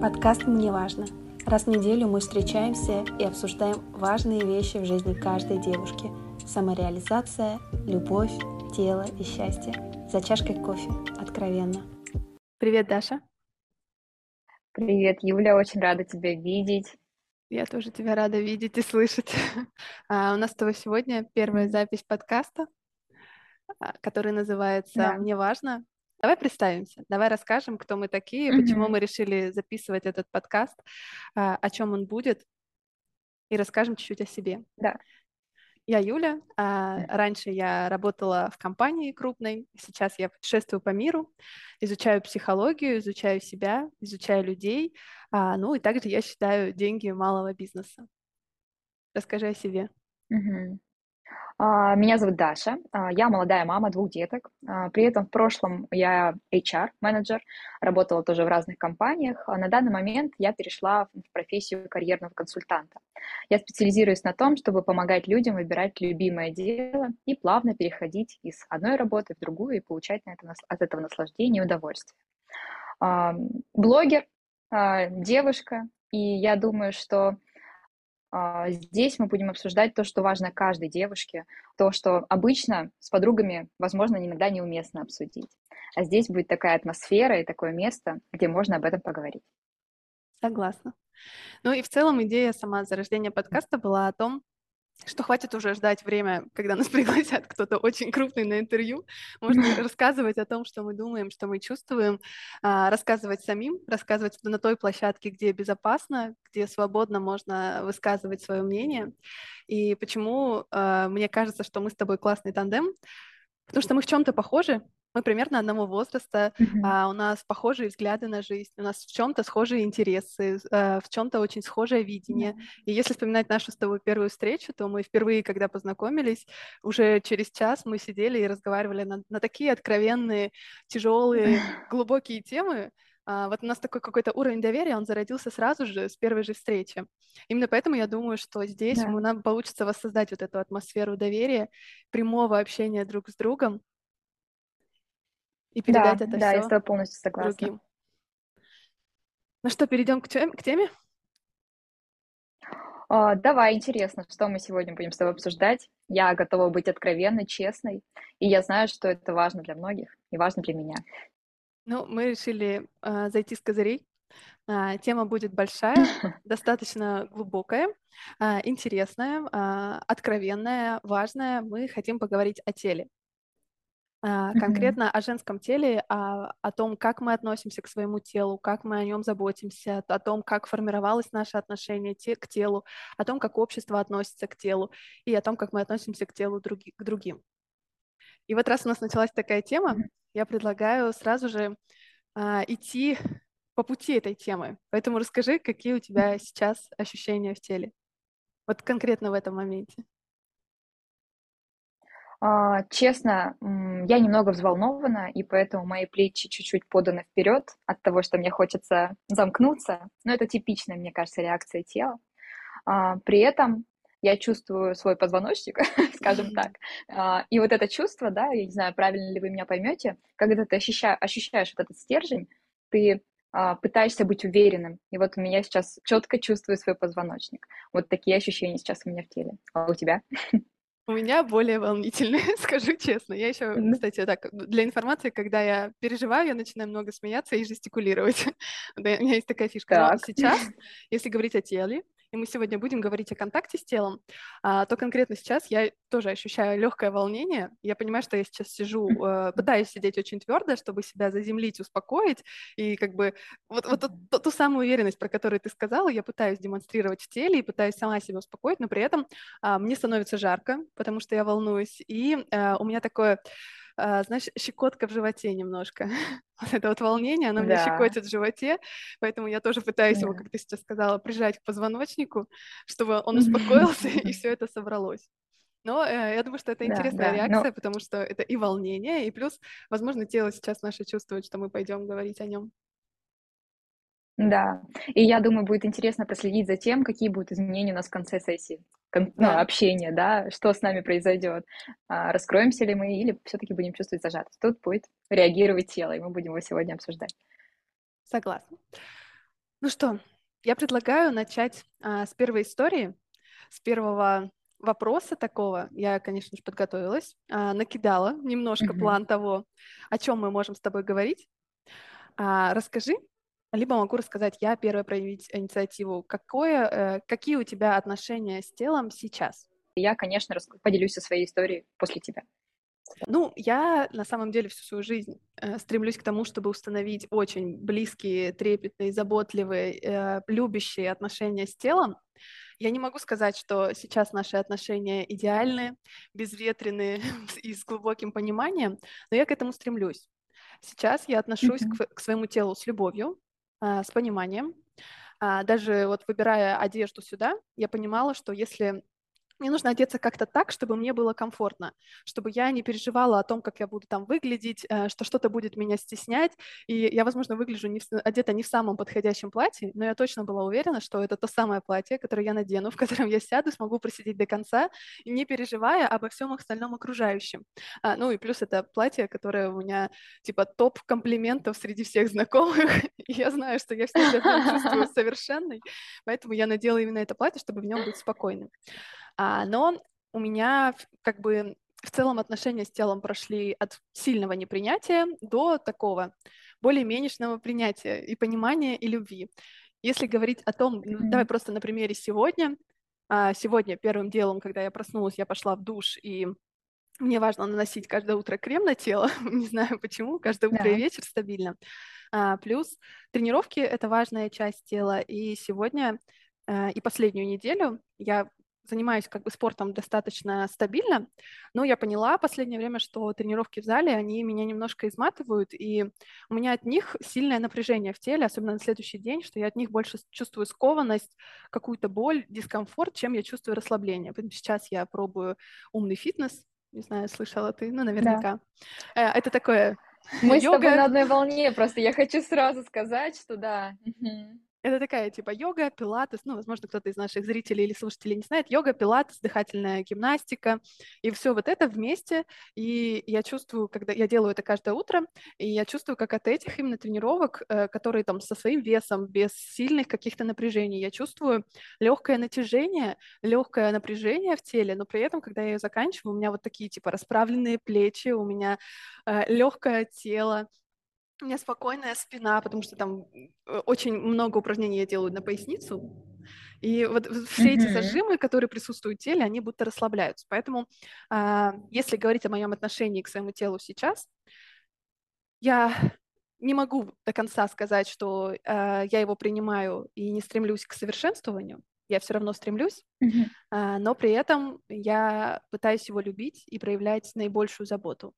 Подкаст «Мне важно». Раз в неделю мы встречаемся и обсуждаем важные вещи в жизни каждой девушки. Самореализация, любовь, тело и счастье. За чашкой кофе. Откровенно. Привет, Даша. Привет, Юля, очень рада тебя видеть. Я тоже тебя рада видеть и слышать. У нас с тобой сегодня первая запись подкаста, который называется Да. «Мне важно». Давай представимся, давай расскажем, кто мы такие, почему Мгм. мы решили записывать этот подкаст, о чем он будет, и расскажем чуть-чуть о себе. Да. Я Юля. Раньше я работала в компании крупной, сейчас я путешествую по миру, изучаю психологию, изучаю себя, изучаю людей, ну и также я считаю деньги малого бизнеса. Расскажи о себе. Мгм. Меня зовут Даша. Я молодая мама двух деток. При этом в прошлом я HR-менеджер, работала тоже в разных компаниях. На данный момент я перешла в профессию карьерного консультанта. Я специализируюсь на том, чтобы помогать людям выбирать любимое дело и плавно переходить из одной работы в другую и получать от этого наслаждение и удовольствие. Блогер, девушка, и я думаю, что здесь мы будем обсуждать то, что важно каждой девушке, то, что обычно с подругами, возможно, иногда неуместно обсудить. А здесь будет такая атмосфера и такое место, где можно об этом поговорить. Согласна. Ну и в целом идея сама зарождения подкаста была о том, что хватит уже ждать время, когда нас пригласят кто-то очень крупный на интервью. Можно рассказывать о том, что мы думаем, что мы чувствуем, рассказывать самим, рассказывать на той площадке, где безопасно, где свободно можно высказывать свое мнение. И почему мне кажется, что мы с тобой классный тандем, потому что мы в чем-то похожи, мы примерно одного возраста, Мгм. у нас похожие взгляды на жизнь, у нас в чем-то схожие интересы, в чем-то очень схожее Да. видение. И если вспоминать нашу с тобой первую встречу, то мы впервые, когда познакомились, уже через час мы сидели и разговаривали на такие откровенные, тяжелые, глубокие темы. Вот у нас такой какой-то уровень доверия, он зародился сразу же, с первой же встречи. Именно поэтому я думаю, что здесь Да. нам получится воссоздать вот эту атмосферу доверия, прямого общения друг с другом и Да, передать это да, я с все тобой полностью согласна. другим. Ну что, перейдем к теме? Давай, интересно, что мы сегодня будем с тобой обсуждать. Я готова быть откровенной, честной, и я знаю, что это важно для многих и важно для меня. Ну, мы решили зайти с козырей. Тема будет большая, достаточно глубокая, интересная, откровенная, важная. Мы хотим поговорить о теле. Мгм. Конкретно о женском теле, о том, как мы относимся к своему телу, как мы о нем заботимся, о том, как формировалось наше отношение к телу, о том, как общество относится к телу и о том, как мы относимся к телу к другим. И вот раз у нас началась такая тема, Мгм. я предлагаю сразу же идти по пути этой темы. Поэтому расскажи, какие у тебя сейчас ощущения в теле, вот конкретно в этом моменте. Честно, я немного взволнована, и поэтому мои плечи чуть-чуть поданы вперед от того, что мне хочется замкнуться. Но это типичная, мне кажется, реакция тела. При этом я чувствую свой позвоночник, скажем так. И вот это чувство, да, я не знаю, правильно ли вы меня поймете, когда ты ощущаешь вот этот стержень, ты пытаешься быть уверенным. И вот у меня сейчас четко чувствую свой позвоночник. Вот такие ощущения сейчас у меня в теле. А у тебя? У меня более волнительные, скажу честно. Я еще, кстати, так, для информации, когда я переживаю, я начинаю много смеяться и жестикулировать. Да, у меня есть такая фишка. Но Так. сейчас, если говорить о теле, и мы сегодня будем говорить о контакте с телом, то конкретно сейчас я тоже ощущаю легкое волнение. Я понимаю, что я сейчас сижу, пытаюсь сидеть очень твердо, чтобы себя заземлить, успокоить. И как бы вот ту самую уверенность, про которую ты сказала, я пытаюсь демонстрировать в теле и пытаюсь сама себя успокоить, но при этом мне становится жарко, потому что я волнуюсь, и у меня такое, знаешь, щекотка в животе немножко. Вот это вот волнение, оно меня Да, щекотит в животе, поэтому я тоже пытаюсь его, да. как ты сейчас сказала, прижать к позвоночнику, чтобы он успокоился и все это собралось. Но я думаю, что это Да, интересная да. Ну, реакция, потому что это и волнение, и плюс, возможно, тело сейчас наше чувствует, что мы пойдем говорить о нем. да. И я думаю, будет интересно проследить за тем, какие будут изменения у нас в конце сессии, ну, Да, общения, да, что с нами произойдет. Раскроемся ли мы или все-таки будем чувствовать зажатость. Тут будет реагировать тело, и мы будем его сегодня обсуждать. согласна. Ну что, я предлагаю начать с первой истории, с первого вопроса такого. Я, конечно же, подготовилась, накидала немножко Мгм. план того, о чем мы можем с тобой говорить. Расскажи, либо могу рассказать я, первая проявить инициативу. Какие у тебя отношения с телом сейчас? Я, конечно, поделюсь со своей историей после тебя. Ну, я на самом деле всю свою жизнь стремлюсь к тому, чтобы установить очень близкие, трепетные, заботливые, любящие отношения с телом. Я не могу сказать, что сейчас наши отношения идеальны, безветренные и с глубоким пониманием, но я к этому стремлюсь. Сейчас я отношусь Мгм. к своему телу с любовью, с пониманием. Даже вот выбирая одежду сюда, я понимала, что если мне нужно одеться как-то так, чтобы мне было комфортно, чтобы я не переживала о том, как я буду там выглядеть, что что-то будет меня стеснять. И я, возможно, выгляжу одета не в самом подходящем платье, но я точно была уверена, что это то самое платье, которое я надену, в котором я сяду, смогу просидеть до конца, не переживая обо всем остальном окружающем. Ну и плюс это платье, которое у меня типа топ комплиментов среди всех знакомых. И я знаю, что я себя в нем чувствую совершенной, поэтому я надела именно это платье, чтобы в нем быть спокойным. Но у меня как бы в целом отношения с телом прошли от сильного непринятия до такого более-менешного принятия и понимания, и любви. Если говорить о том, ну, давай Мгм. просто на примере сегодня. Сегодня первым делом, когда я проснулась, я пошла в душ, и мне важно наносить каждое утро крем на тело. Не знаю почему, каждое утро и Да. вечер стабильно. Плюс тренировки — это важная часть тела. И сегодня и последнюю неделю я занимаюсь как бы спортом достаточно стабильно, но я поняла в последнее время, что тренировки в зале, они меня немножко изматывают, и у меня от них сильное напряжение в теле, особенно на следующий день, что я от них больше чувствую скованность, какую-то боль, дискомфорт, чем я чувствую расслабление. Поэтому сейчас я пробую умный фитнес, не знаю, слышала ты, ну, Да. наверняка. Это такое Мы с тобой йога. на одной волне, просто я хочу сразу сказать, что да. Мгм. Это такая типа йога, пилатес, ну, возможно, кто-то из наших зрителей или слушателей не знает, йога, пилатес, дыхательная гимнастика, и все вот это вместе, и я чувствую, когда я делаю это каждое утро, и я чувствую, как от этих именно тренировок, которые там со своим весом, без сильных каких-то напряжений, я чувствую легкое натяжение, легкое напряжение в теле, но при этом, когда я ее заканчиваю, у меня вот такие типа расправленные плечи, у меня легкое тело, у меня спокойная спина, потому что там очень много упражнений я делаю на поясницу. И вот все эти Мгм. зажимы, которые присутствуют в теле, они будто расслабляются. Поэтому, если говорить о моем отношении к своему телу сейчас, я не могу до конца сказать, что я его принимаю и не стремлюсь к совершенствованию. Я все равно стремлюсь, Мгм. но при этом я пытаюсь его любить и проявлять наибольшую заботу,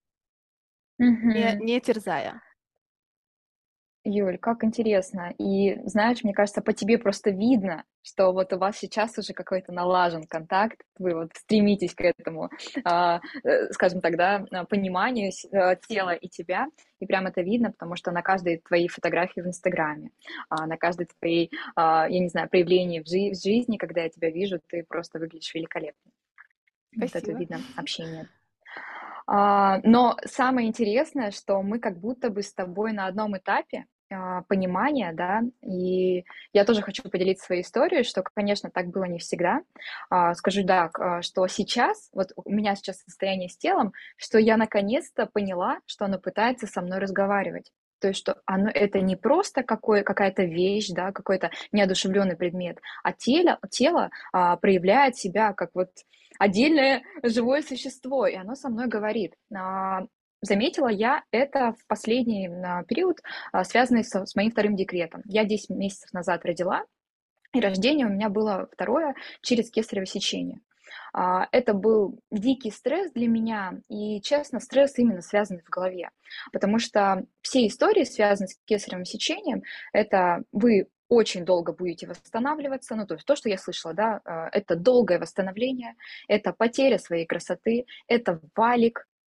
Мгм. не терзая. Юль, как интересно. И знаешь, мне кажется, по тебе просто видно, что вот у вас сейчас уже какой-то налажен контакт, вы вот стремитесь к этому, скажем так, да, пониманию тела и тебя. И прям это видно, потому что на каждой твоей фотографии в Инстаграме, на каждой твоей, я не знаю, проявлении в жизни, когда я тебя вижу, ты просто выглядишь великолепно. Вот это Спасибо. видно общение. Но самое интересное, что мы как будто бы с тобой на одном этапе понимания, да, и я тоже хочу поделиться своей историей, что, конечно, так было не всегда. Скажу так, что сейчас, вот у меня сейчас состояние с телом, что я наконец-то поняла, что оно пытается со мной разговаривать. То есть, что оно это не просто какая-то вещь, да, какой-то неодушевленный предмет, а тело проявляет себя как вот отдельное живое существо, и оно со мной говорит. Заметила я это в последний период, связанный с моим вторым декретом. Я 10 месяцев назад родила, и рождение у меня было второе через кесарево сечение. Это был дикий стресс для меня, и, честно, стресс именно связанный в голове, потому что все истории, связанные с кесаревым сечением, это вы очень долго будете восстанавливаться, ну, то есть то, что я слышала, да, это долгое восстановление, это потеря своей красоты, это валик,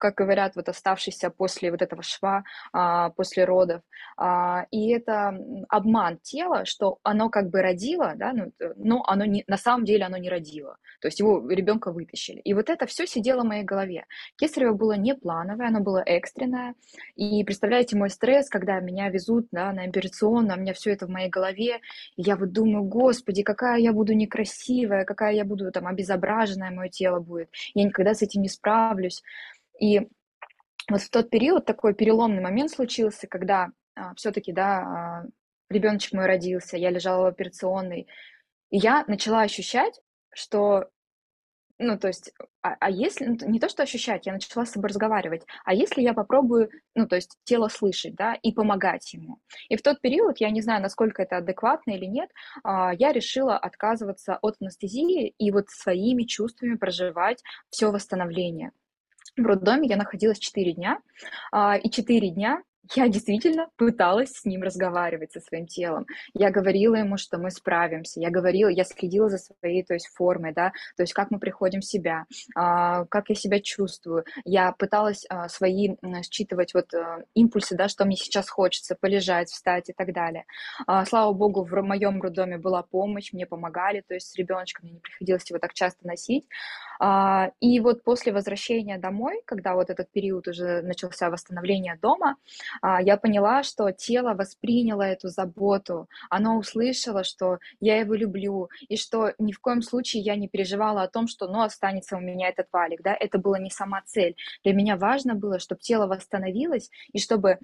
как говорят, вот оставшийся после вот этого шва, после родов. И это обман тела, что оно как бы родило, да, ну, но оно не, на самом деле оно не родило. То есть его ребенка вытащили. И вот это все сидело в моей голове. Кесарево было не плановое, оно было экстренное. И представляете мой стресс, когда меня везут, да, на операционную, у меня все это в моей голове. И я вот думаю, господи, какая я буду некрасивая, какая я буду там обезображенная, мое тело будет. Я никогда с этим не справлюсь. И вот в тот период такой переломный момент случился, когда все-таки, да, ребеночек мой родился, я лежала в операционной, и я начала ощущать, что, ну, то есть, если, ну, не то, что ощущать, я начала с собой разговаривать, а если я попробую, ну, то есть, тело слышать, да, и помогать ему. И в тот период, я не знаю, насколько это адекватно или нет, я решила отказываться от анестезии и вот своими чувствами проживать все восстановление. В роддоме я находилась 4 дня, и 4 дня я действительно пыталась с ним разговаривать, со своим телом. Я говорила ему, что мы справимся. Я следила за своей, то есть, формой, да, то есть как мы приходим в себя, как я себя чувствую. Я пыталась свои считывать вот импульсы, да, что мне сейчас хочется, полежать, встать и так далее. Слава богу, в моем роддоме была помощь, мне помогали, то есть с ребеночком мне не приходилось его так часто носить. И вот после возвращения домой, когда вот этот период уже начался восстановление дома, я поняла, что тело восприняло эту заботу, оно услышало, что я его люблю, и что ни в коем случае я не переживала о том, что, ну, останется у меня этот валик, да, это была не сама цель. Для меня важно было, чтобы тело восстановилось, и чтобы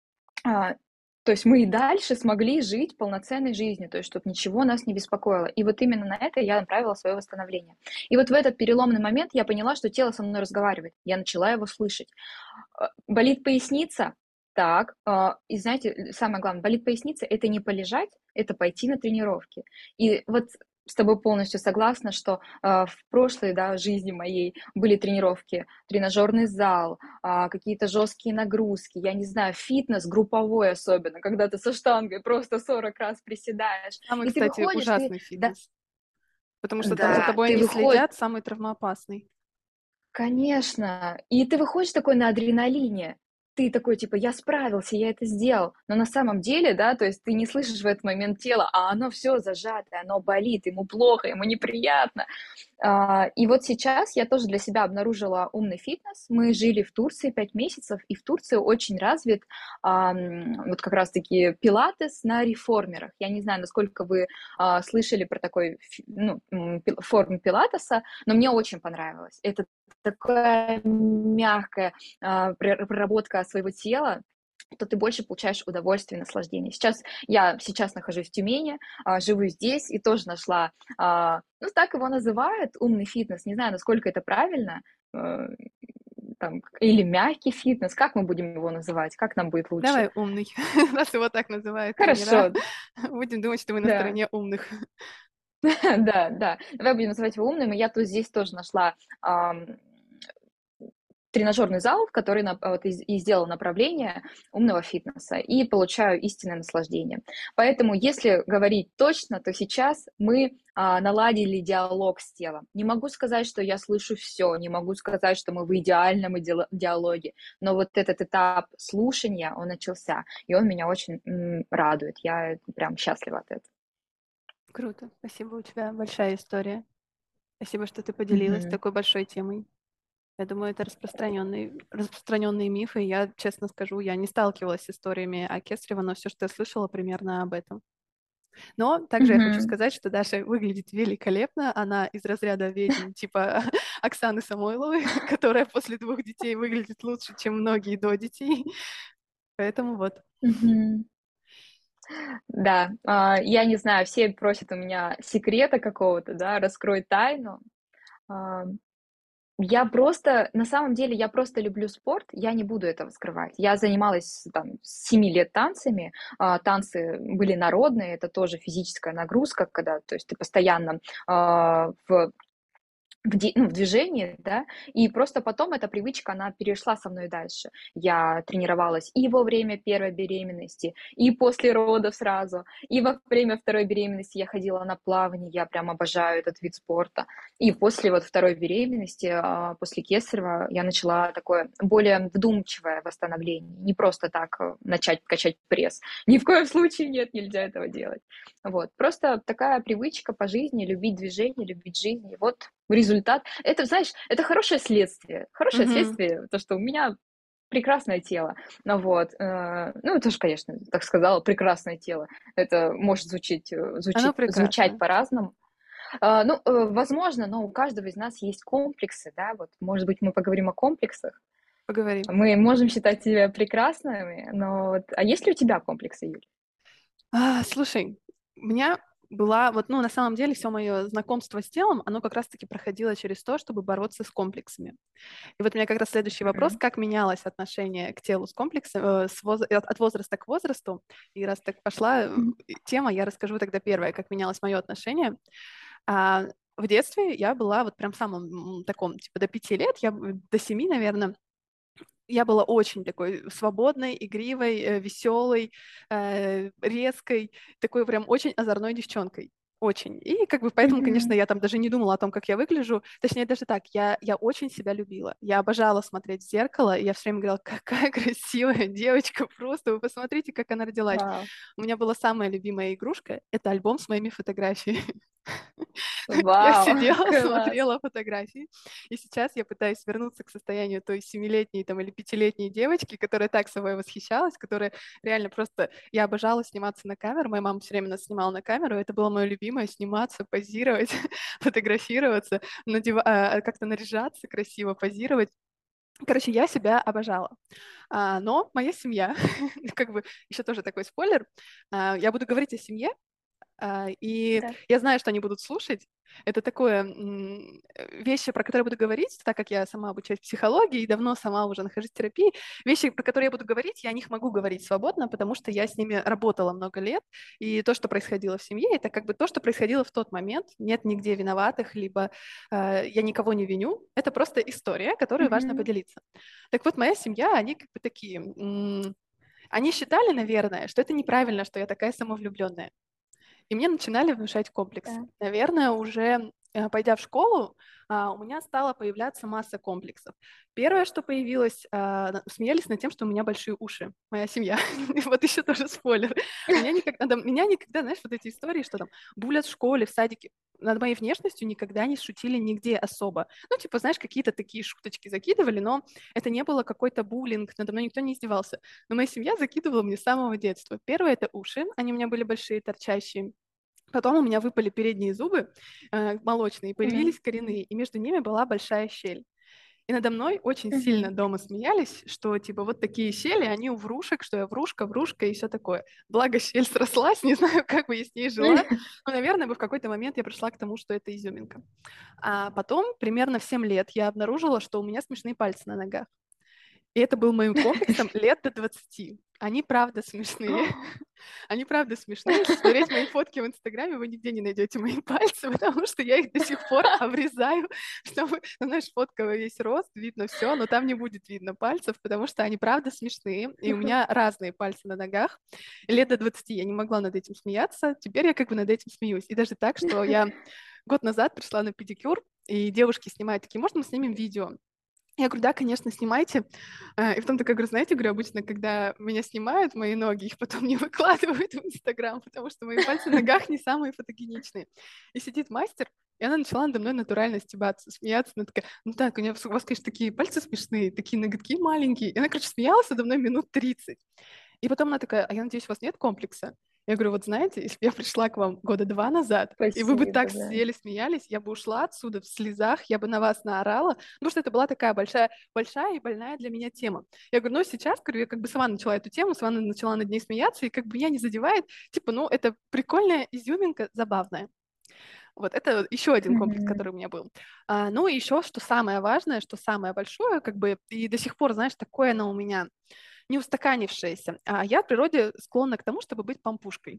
то есть мы и дальше смогли жить полноценной жизнью, то есть чтобы ничего нас не беспокоило. И вот именно на это я направила свое восстановление. И вот в этот переломный момент я поняла, что тело со мной разговаривает. Я начала его слышать. Болит поясница? Так. И знаете, самое главное, болит поясница — это не полежать, это пойти на тренировки. И вот с тобой полностью согласна, что в прошлой, да, жизни моей были тренировки, тренажерный зал, какие-то жесткие нагрузки, я не знаю, фитнес групповой особенно, когда ты со штангой просто 40 раз приседаешь, Самый, и ты кстати, выходишь, ты, ужасный да, фитнес, потому что там за да, тобой ты не выходишь, следят, самый травмоопасный. конечно, и ты выходишь такой на адреналине, ты такой, типа, я справился, я это сделал, но на самом деле, да, то есть ты не слышишь в этот момент тело, а оно все зажатое, оно болит, ему плохо, ему неприятно, и вот сейчас я тоже для себя обнаружила умный фитнес. Мы жили в Турции 5 месяцев, и в Турции очень развит вот как раз-таки пилатес на реформерах. Я не знаю, насколько вы слышали про такой ну, форму пилатеса, но мне очень понравилось. Это такая мягкая проработка своего тела, то ты больше получаешь удовольствие и наслаждение. Я сейчас нахожусь в Тюмени, живу здесь и тоже нашла, ну, так его называют, умный фитнес. Не знаю, насколько это правильно, там, или мягкий фитнес. Как мы будем его называть? Как нам будет лучше? Давай умный. Нас его так называют тренера. Хорошо, Будем думать, что мы на да, стороне умных. да, да. Давай будем называть его умным. И я тут здесь тоже нашла тренажерный зал, в который вот, и сделал направление умного фитнеса, и получаю истинное наслаждение. Поэтому, если говорить точно, то сейчас мы наладили диалог с телом. Не могу сказать, что я слышу все, не могу сказать, что мы в идеальном диалоге, но вот этот этап слушания, он начался, и он меня очень радует. Я прям счастлива от этого. Круто. Спасибо, у тебя большая история. Спасибо, что ты поделилась Мгм. такой большой темой. Я думаю, это распространенные мифы. Я, честно скажу, я не сталкивалась с историями о Кесарево, но все, что я слышала, примерно об этом. Но также я хочу Мгм. сказать, что Даша выглядит великолепно. Она из разряда ведьм типа Оксаны Самойловой, которая после 2 детей выглядит лучше, чем многие до детей. Поэтому вот. Мгм. Да, я не знаю, все просят у меня секрета какого-то, да, раскрой тайну. А, я просто, на самом деле, я просто люблю спорт, я не буду этого скрывать. Я занималась там с 7 лет танцами, танцы были народные, это тоже физическая нагрузка, когда, то есть ты постоянно в в движении, да, и просто потом эта привычка, она перешла со мной дальше. Я тренировалась и во время первой беременности, и после родов сразу, и во время второй беременности я ходила на плавание, я прям обожаю этот вид спорта. И после вот второй беременности, после кесарева, я начала такое более вдумчивое восстановление, не просто так начать качать пресс. Ни в коем случае нет, нельзя этого делать. Вот. Просто такая привычка по жизни, любить движение, любить жизнь. И вот результат. Это, знаешь, это хорошее следствие. Хорошее Мгм. следствие, то, что у меня прекрасное тело. Ну вот. Ну, тоже, конечно, так сказала, прекрасное тело. Это может Оно звучать прекрасно. по-разному. Возможно, но у каждого из нас есть комплексы, да, вот, может быть, мы поговорим о комплексах. Поговорим. Мы можем считать себя прекрасными, но вот, а есть ли у тебя комплексы, Юль? Слушай, у меня была, вот, ну, на самом деле, все мое знакомство с телом, оно как раз-таки проходило через то, чтобы бороться с комплексами. И вот у меня как раз следующий вопрос, Мгм. как менялось отношение к телу с комплексом, от возраста к возрасту. И раз так пошла Мгм. тема, я расскажу тогда первое, как менялось мое отношение. А, в детстве я была вот прям в самом таком, типа до 5 лет, до 7, наверное, я была очень такой свободной, игривой, веселой, резкой, такой прям очень озорной девчонкой. Очень. И как бы поэтому, конечно, Мгм. я там даже не думала о том, как я выгляжу. Точнее, даже так, я очень себя любила. Я обожала смотреть в зеркало, и я все время говорила, какая красивая девочка, просто вы посмотрите, как она родилась. Вау. У меня была самая любимая игрушка — это альбом с моими фотографиями. Я Вау, сидела, класс. смотрела фотографии, и сейчас я пытаюсь вернуться к состоянию той 7-летней там, или 5-летней девочки, которая так собой восхищалась, которая реально просто... Я обожала сниматься на камеру, моя мама все время нас снимала на камеру, это было мое любимое — сниматься, позировать, фотографироваться, как-то наряжаться красиво, позировать. Короче, я себя обожала. Но моя семья, как бы еще тоже такой спойлер, я буду говорить о семье, и Да. я знаю, что они будут слушать. Это такое вещи, про которые я буду говорить, так как я сама обучаюсь психологии и давно сама уже нахожусь в терапии. Вещи, про которые я буду говорить, я о них могу говорить свободно, потому что я с ними работала много лет. И то, что происходило в семье, это как бы то, что происходило в тот момент. Нет нигде виноватых, либо я никого не виню. Это просто история, которой важно Мгм. поделиться. Так вот, моя семья, они как бы такие... Они считали, наверное, что это неправильно, что я такая самовлюбленная. И мне начинали внушать комплексы. Да. Наверное, уже пойдя в школу, у меня стала появляться масса комплексов. Первое, что появилось, смеялись над тем, что у меня большие уши. Моя семья. Вот еще тоже спойлер. Меня никогда, знаешь, вот эти истории, что там булят в школе, в садике, над моей внешностью никогда не шутили нигде особо. Ну, типа, знаешь, какие-то такие шуточки закидывали, но это не было какой-то буллинг, надо мной никто не издевался. Но моя семья закидывала мне с самого детства. Первое — это уши, они у меня были большие, торчащие. Потом у меня выпали передние зубы молочные, Мгм. появились коренные, и между ними была большая щель. И надо мной очень Мгм. сильно дома смеялись, что типа вот такие щели, они у врушек, что я врушка, врушка и все такое. Благо щель срослась, не знаю, как бы я с ней жила, но, наверное, бы в какой-то момент я пришла к тому, что это изюминка. А потом, примерно в 7 лет, я обнаружила, что у меня смешные пальцы на ногах. И это был моим комплексом лет до 20. Они правда смешные. Они правда смешные. Если смотреть мои фотки в Инстаграме, вы нигде не найдете мои пальцы, потому что я их до сих пор обрезаю, чтобы, ну, знаешь, фотка во весь рост, видно все, но там не будет видно пальцев, потому что они правда смешные. И у меня разные пальцы на ногах. И лет до 20 я не могла над этим смеяться. Теперь я как бы над этим смеюсь. И даже так, что я год назад пришла на педикюр, и девушки снимают такие: можно мы снимем видео? Я говорю, да, конечно, снимайте. И потом такая говорю, знаете, говорю, обычно, когда меня снимают мои ноги, их потом не выкладывают в Инстаграм, потому что мои пальцы на ногах не самые фотогеничные. И сидит мастер, и она начала надо мной натурально стебаться, смеяться. Она такая: ну так, у вас, конечно, такие пальцы смешные, такие ноготки маленькие. И она, короче, смеялась надо мной минут 30. И потом она такая: а я надеюсь, у вас нет комплекса? Я говорю, вот знаете, если бы я пришла к вам года 2 назад, и вы бы так Спасибо, да. сидели, смеялись, я бы ушла отсюда в слезах, я бы на вас наорала, потому что это была такая большая, большая и больная для меня тема. Я говорю, ну сейчас, говорю, я как бы сама начала эту тему, сама начала над ней смеяться, и как бы меня не задевает, типа, ну это прикольная изюминка, забавная. Вот это еще один комплекс, Мгм. который у меня был. Ну и еще, что самое важное, что самое большое, как бы, и до сих пор, знаешь, такое оно у меня не устаканившееся. А я в природе склонна к тому, чтобы быть пампушкой.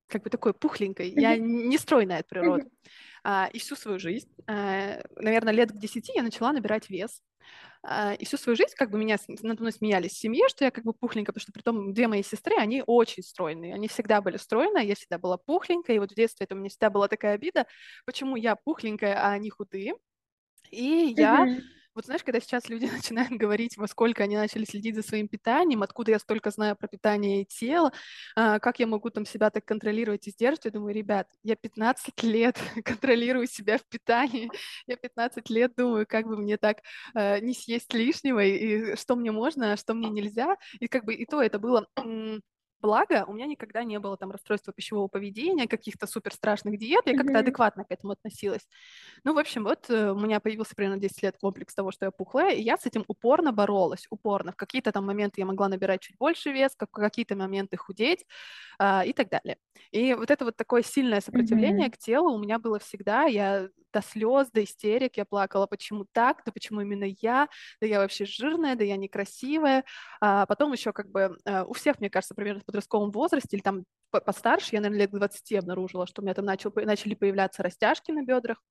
как бы такой пухленькой. Я не стройная от природы. И всю свою жизнь, наверное, лет к 10 я начала набирать вес. И всю свою жизнь как бы меня надо мной смеялись в семье, что я как бы пухленькая, потому что при том две мои сестры, они очень стройные, они всегда были стройные, я всегда была пухленькая, и вот в детстве это у меня всегда была такая обида, почему я пухленькая, а они худые. И я, Мгм. вот знаешь, когда сейчас люди начинают говорить, во сколько они начали следить за своим питанием, откуда я столько знаю про питание и тело, как я могу там себя так контролировать и сдерживать, я думаю, ребят, я 15 лет контролирую себя в питании, я 15 лет думаю, как бы мне так не съесть лишнего, и что мне можно, а что мне нельзя, и как бы и то это было... Благо, у меня никогда не было там расстройства пищевого поведения, каких-то супер страшных диет, я как-то Мгм. адекватно к этому относилась. Ну, в общем, вот у меня появился примерно 10 лет комплекс того, что я пухлая, и я с этим упорно боролась, упорно. В какие-то там моменты я могла набирать чуть больше вес, в какие-то моменты худеть и так далее. И вот это вот такое сильное сопротивление Мгм. к телу у меня было всегда. Я до слез, до истерик, я плакала, почему так, да почему именно я, да я вообще жирная, да я некрасивая. Потом еще как бы у всех, мне кажется, примерно в подростковом возрасте или там постарше, я, наверное, лет к 20 обнаружила, что у меня там начали появляться растяжки на бедрах,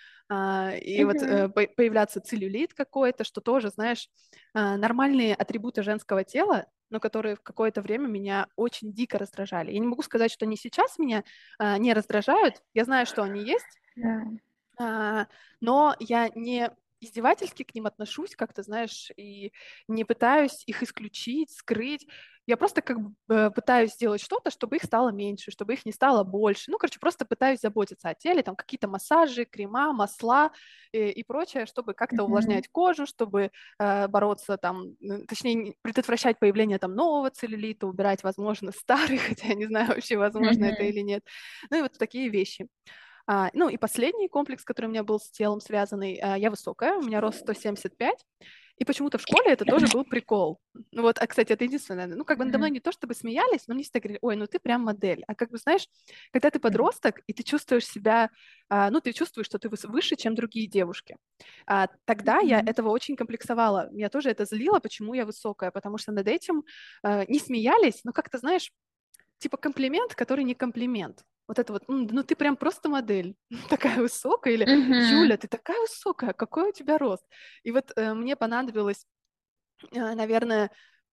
и вот Мгм. появляться целлюлит какой-то, что тоже, знаешь, нормальные атрибуты женского тела, но которые в какое-то время меня очень дико раздражали. Я не могу сказать, что они сейчас меня не раздражают, я знаю, что они есть, Да. а, но я не издевательски к ним отношусь, как-то, знаешь, и не пытаюсь их исключить, скрыть. Я просто как бы пытаюсь сделать что-то, чтобы их стало меньше, чтобы их не стало больше. Ну, короче, просто пытаюсь заботиться о теле, там какие-то массажи, крема, масла и прочее, чтобы как-то Мгм. увлажнять кожу, чтобы бороться там, точнее, предотвращать появление там нового целлюлита, убирать, возможно, старый, хотя я не знаю вообще, возможно это Мгм. или нет. Ну и вот такие вещи. Ну и последний комплекс, который у меня был с телом связанный, я высокая, у меня рост 175, и почему-то в школе это тоже был прикол. Ну вот, кстати, это единственное, ну как бы надо мной Мгм. не то чтобы смеялись, но мне всегда говорили, ой, ну ты прям модель. А как бы знаешь, когда ты подросток, и ты чувствуешь себя, ну ты чувствуешь, что ты выше, чем другие девушки. Тогда я Мгм. этого очень комплексовала. Меня тоже это злило, почему я высокая, потому что над этим не смеялись, но как-то, знаешь, типа комплимент, который не комплимент. Вот это вот, ну ты прям просто модель, такая высокая, или Мгм. Юля, ты такая высокая, какой у тебя рост? И вот мне понадобилось, наверное,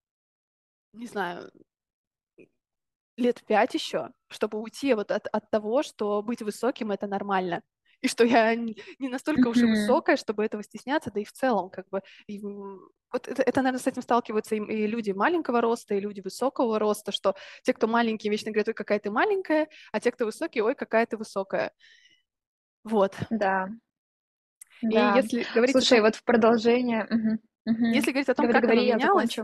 не знаю, лет 5 еще, чтобы уйти вот от того, что быть высоким это нормально. И что я не настолько уж и Мгм. высокая, чтобы этого стесняться, да и в целом, как бы, вот это, наверное, с этим сталкиваются и люди маленького роста, и люди высокого роста, что те, кто маленькие, вечно говорят, ой, какая ты маленькая, а те, кто высокие, ой, какая ты высокая. Вот. Да, И да. если говорить о Слушай, том, вот в продолжение. Мгм. Мгм. Если говорить о том, Говори, как оно говори, я менялось, закончу.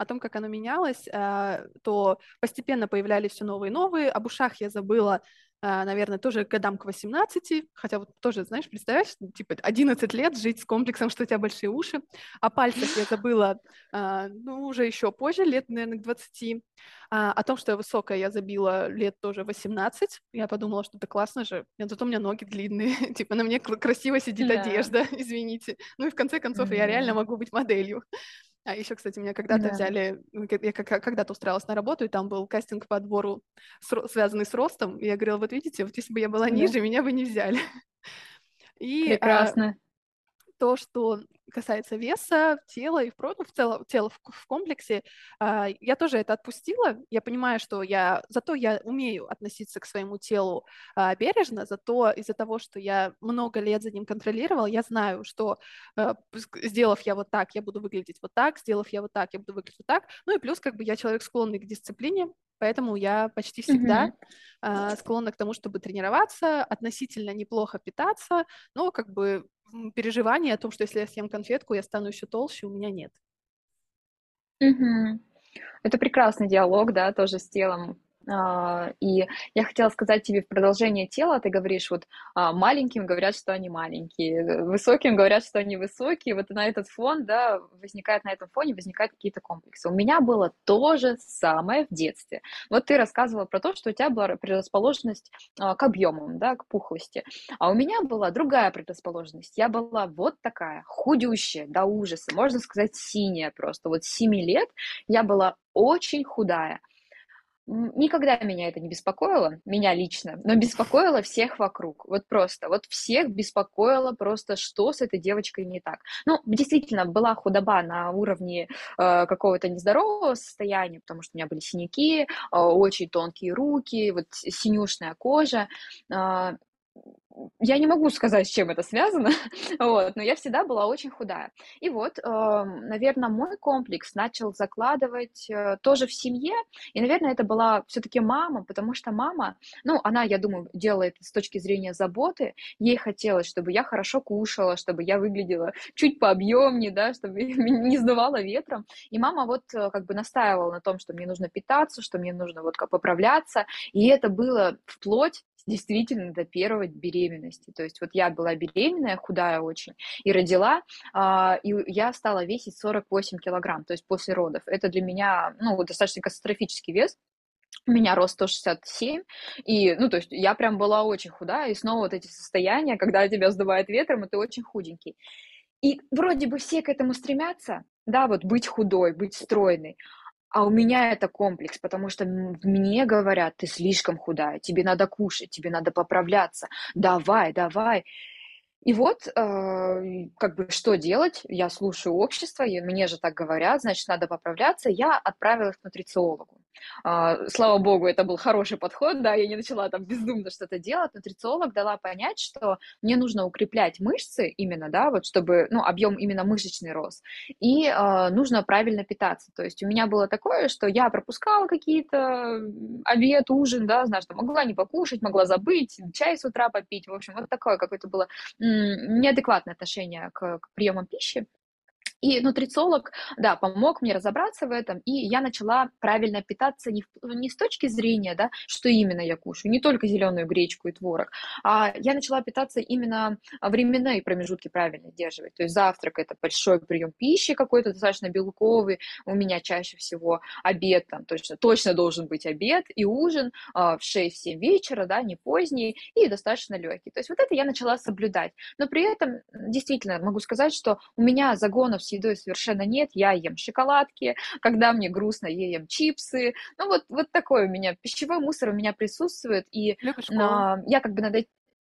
то постепенно появлялись все новые и новые. Об ушах я забыла, наверное, тоже годам к 18, хотя вот тоже, знаешь, представляешь, типа 11 лет жить с комплексом, что у тебя большие уши. О пальцах я забыла, ну, уже еще позже, лет, наверное, к 20. О том, что я высокая, я забила лет тоже 18. Я подумала, что это классно же, зато у меня ноги длинные, типа на мне красиво сидит Да, одежда, извините. Ну и в конце концов я реально да, могу быть моделью. А еще, кстати, меня когда-то да, взяли, я когда-то устраивалась на работу, и там был кастинг по отбору, связанный с ростом. И я говорила, вот видите, вот если бы я была да. ниже, меня бы не взяли. И Прекрасно. то, что касается веса, тела и ну, в целом тела в комплексе, я тоже это отпустила. Я понимаю, что зато я умею относиться к своему телу бережно, зато из-за того, что я много лет за ним контролировала, я знаю, что сделав я вот так, я буду выглядеть вот так, сделав я вот так, я буду выглядеть вот так. Ну и плюс как бы я человек склонный к дисциплине, поэтому я почти всегда Мгм. склонна к тому, чтобы тренироваться, относительно неплохо питаться, но как бы переживаний о том, что если я съем конфетку, я стану еще толще, у меня нет. Мгм. Это прекрасный диалог, да, тоже с телом. И я хотела сказать тебе в продолжение тела, ты говоришь, вот маленьким говорят, что они маленькие, высоким говорят, что они высокие, вот на этот фон, да, возникает на этом фоне возникают какие-то комплексы. У меня было то же самое в детстве. Вот ты рассказывала про то, что у тебя была предрасположенность к объемам, да, к пухлости, а у меня была другая предрасположенность. Я была вот такая, худющая до ужаса, можно сказать, синяя просто. Вот с 7 лет я была очень худая. никогда меня это не беспокоило, меня лично, но беспокоило всех вокруг. Вот просто, вот всех беспокоило просто, что с этой девочкой не так. Ну, действительно, была худоба на уровне какого-то нездорового состояния, потому что у меня были синяки, очень тонкие руки, вот синюшная кожа. А, я не могу сказать, с чем это связано, вот, но я всегда была очень худая. И вот, наверное, мой комплекс начал закладывать тоже в семье, и, наверное, это была все-таки мама, потому что мама, ну, она, я думаю, делала это с точки зрения заботы, ей хотелось, чтобы я хорошо кушала, чтобы я выглядела чуть пообъемнее, да, чтобы не сдувало ветром, и мама вот как бы настаивала на том, что мне нужно питаться, что мне нужно вот как поправляться, и это было вплоть действительно до первой беременности. То есть вот я была беременная, худая очень, и родила, и я стала весить 48 килограмм, то есть после родов. Это для меня, ну, достаточно катастрофический вес. У меня рост 167, и, ну, то есть я прям была очень худая, и снова вот эти состояния, когда тебя сдувает ветром, и ты очень худенький. И вроде бы все к этому стремятся, да, вот быть худой, быть стройной, а у меня это комплекс, потому что мне говорят: "Ты слишком худая, тебе надо кушать, тебе надо поправляться, давай, давай". И вот, как бы что делать? Я слушаю общество, и мне же так говорят, значит, надо поправляться. Я отправилась к нутрициологу. Слава богу, это был хороший подход, да, я не начала там бездумно что-то делать. Нутрициолог дала понять, что мне нужно укреплять мышцы именно, да, вот чтобы, ну, объем именно мышечный рос, и нужно правильно питаться. То есть у меня было такое, что я пропускала какие-то обед, ужин, да, знаешь, там могла не покушать, могла забыть, чай с утра попить, в общем, вот такое какое-то было неадекватное отношение к приемам пищи. И нутрициолог, да, помог мне разобраться в этом, и я начала правильно питаться не с точки зрения, да, что именно я кушаю, не только зеленую гречку и творог, а я начала питаться именно временные промежутки правильно держать. То есть завтрак – это большой прием пищи какой-то, достаточно белковый, у меня чаще всего обед, там точно должен быть обед, и ужин в 6-7 вечера, да, не поздний, и достаточно легкий. То есть вот это я начала соблюдать. Но при этом действительно могу сказать, что у меня загонов с едой совершенно нет. Я ем шоколадки, когда мне грустно, я ем чипсы. Ну вот такой у меня пищевой мусор у меня присутствует. И Любишь колу? я как бы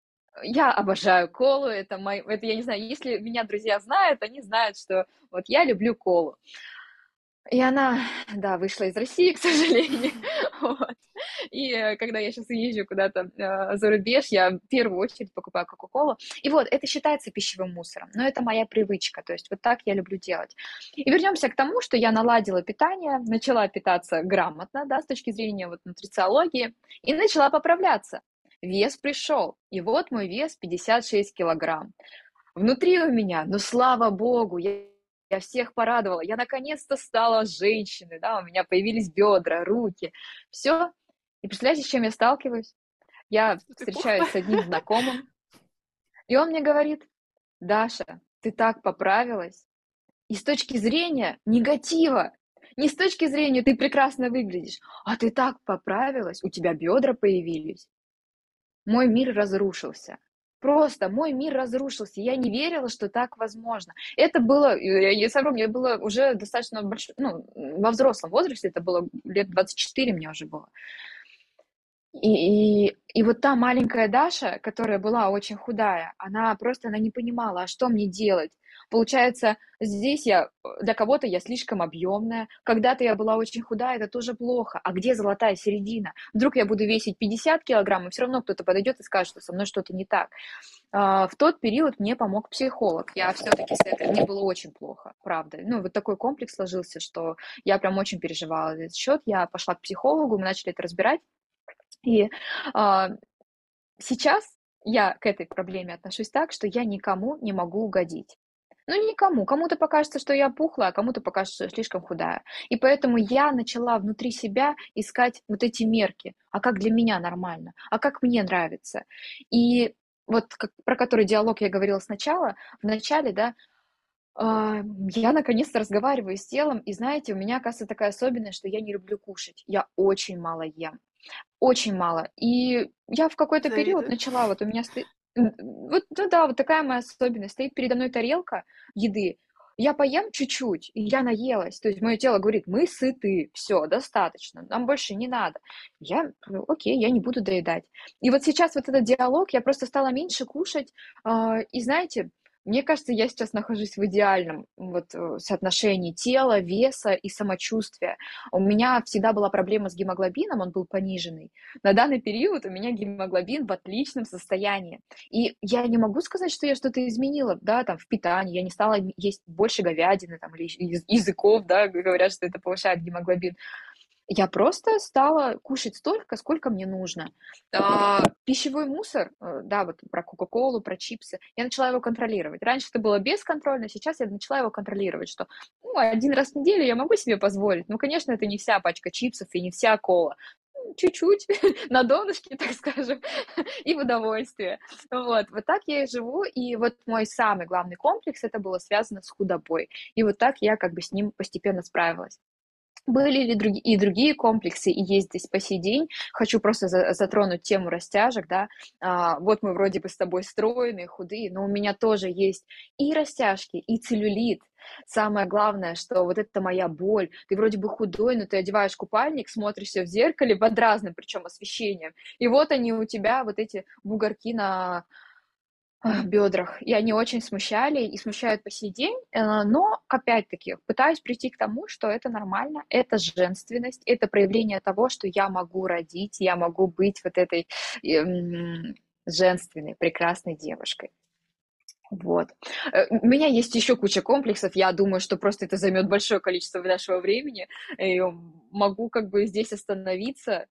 я обожаю колу, это я не знаю, если меня друзья знают, они знают, что вот я люблю колу. И она, да, вышла из России, к сожалению. Вот. И когда я сейчас езжу куда-то за рубеж, я в первую очередь покупаю Кока-Колу. И вот, это считается пищевым мусором, но это моя привычка, то есть вот так я люблю делать. И вернемся к тому, что я наладила питание, начала питаться грамотно, да, с точки зрения вот нутрициологии, и начала поправляться. Вес пришел, и вот мой вес 56 килограмм. Внутри у меня, ну, слава богу, я всех порадовала. Я наконец-то стала женщиной, да, у меня появились бедра, руки, все. И представляете, с чем я сталкиваюсь? Я Что ты встречаюсь пухлая? с одним знакомым, и он мне говорит: "Даша, ты так поправилась". И с точки зрения негатива, не с точки зрения "ты прекрасно выглядишь", а "ты так поправилась, у тебя бедра появились". Мой мир разрушился. Просто мой мир разрушился. Я не верила, что так возможно. Это было, я совру, мне было уже достаточно большое, ну, во взрослом возрасте, это было лет 24 мне уже было. И вот та маленькая Даша, которая была очень худая, она не понимала, а что мне делать. Получается, здесь для кого-то я слишком объемная, когда-то я была очень худая, это тоже плохо. А где золотая середина? Вдруг я буду весить 50 килограмм, и все равно кто-то подойдет и скажет, что со мной что-то не так. В тот период мне помог психолог. Я все-таки мне было очень плохо, правда. Ну, вот такой комплекс сложился, что я прям очень переживала за этот счет. Я пошла к психологу, мы начали это разбирать. И а, сейчас я к этой проблеме отношусь так, что я никому не могу угодить. Ну, никому. Кому-то покажется, что я пухлая, а кому-то покажется, что я слишком худая. И поэтому я начала внутри себя искать вот эти мерки. А как для меня нормально? А как мне нравится? И вот про который диалог я говорила сначала, в начале, да, я наконец-то разговариваю с телом, и знаете, у меня, оказывается, такая особенность, что я не люблю кушать. Я очень мало ем. Очень мало. И я в какой-то период Завидую. начала, вот у меня вот, ну да, вот такая моя особенность. Стоит передо мной тарелка еды, я поем чуть-чуть, и я наелась. То есть мое тело говорит, мы сыты, все, достаточно, нам больше не надо. Я, ну, окей, я не буду доедать. И вот сейчас вот этот диалог, я просто стала меньше кушать. И знаете, мне кажется, я сейчас нахожусь в идеальном вот соотношении тела, веса и самочувствия. У меня всегда была проблема с гемоглобином, он был пониженный. На данный период у меня гемоглобин в отличном состоянии. И я не могу сказать, что я что-то изменила, да, там, в питании. Я не стала есть больше говядины, там, или языков, да, говорят, что это повышает гемоглобин. Я просто стала кушать столько, сколько мне нужно. Пищевой мусор, да, вот про Кока-Колу, про чипсы, я начала его контролировать. Раньше это было бесконтрольно, сейчас я начала его контролировать, что ну, один раз в неделю я могу себе позволить. Ну, конечно, это не вся пачка чипсов и не вся кола. Чуть-чуть, на донышке, так скажем, и в удовольствие. Вот так я и живу, и вот мой самый главный комплекс, это было связано с худобой. И вот так я как бы с ним постепенно справилась. Были ли и другие комплексы, и есть здесь по сей день. Хочу просто затронуть тему растяжек, да. Вот мы вроде бы с тобой стройные, худые, но у меня тоже есть и растяжки, и целлюлит. Самое главное, что вот это моя боль. Ты вроде бы худой, но ты одеваешь купальник, смотришься в зеркале под разным, причем освещением. И вот они у тебя, вот эти бугорки на бедрах, и они очень смущали и смущают по сей день, но опять-таки пытаюсь прийти к тому, что это нормально, это женственность, это проявление того, что я могу родить, я могу быть вот этой женственной, прекрасной девушкой. Вот. У меня есть еще куча комплексов, я думаю, что просто это займет большое количество нашего времени, и могу как бы здесь остановиться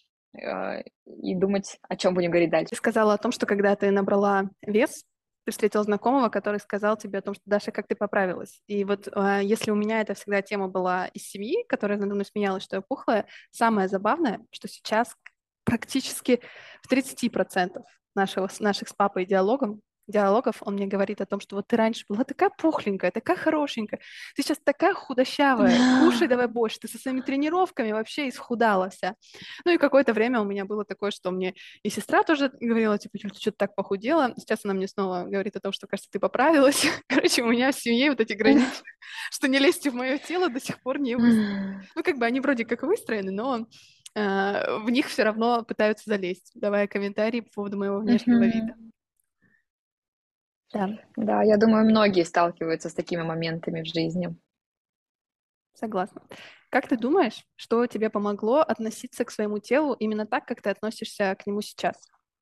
и думать, о чем будем говорить дальше. Ты сказала о том, что когда ты набрала вес, ты встретила знакомого, который сказал тебе о том, что Даша, как ты поправилась. И вот если у меня это всегда тема была из семьи, которая надо мной смеялась, что я пухлая, самое забавное, что сейчас практически в 30% наших с папой диалогов он мне говорит о том, что вот ты раньше была такая пухленькая, такая хорошенькая, ты сейчас такая худощавая, кушай давай больше, ты со своими тренировками вообще исхудала вся. Ну и какое-то время у меня было такое, что мне и сестра тоже говорила, типа, «Юль, ты что-то так похудела». Сейчас она мне снова говорит о том, что, кажется, ты поправилась. Короче, у меня в семье вот эти границы, что не лезьте в мое тело, до сих пор не выстроены. Ну, как бы они вроде как выстроены, но в них все равно пытаются залезть, давая комментарии по поводу моего внешнего вида. Мгм. Да, Да, я думаю, многие сталкиваются с такими моментами в жизни. согласна. Как ты думаешь, что тебе помогло относиться к своему телу именно так, как ты относишься к нему сейчас?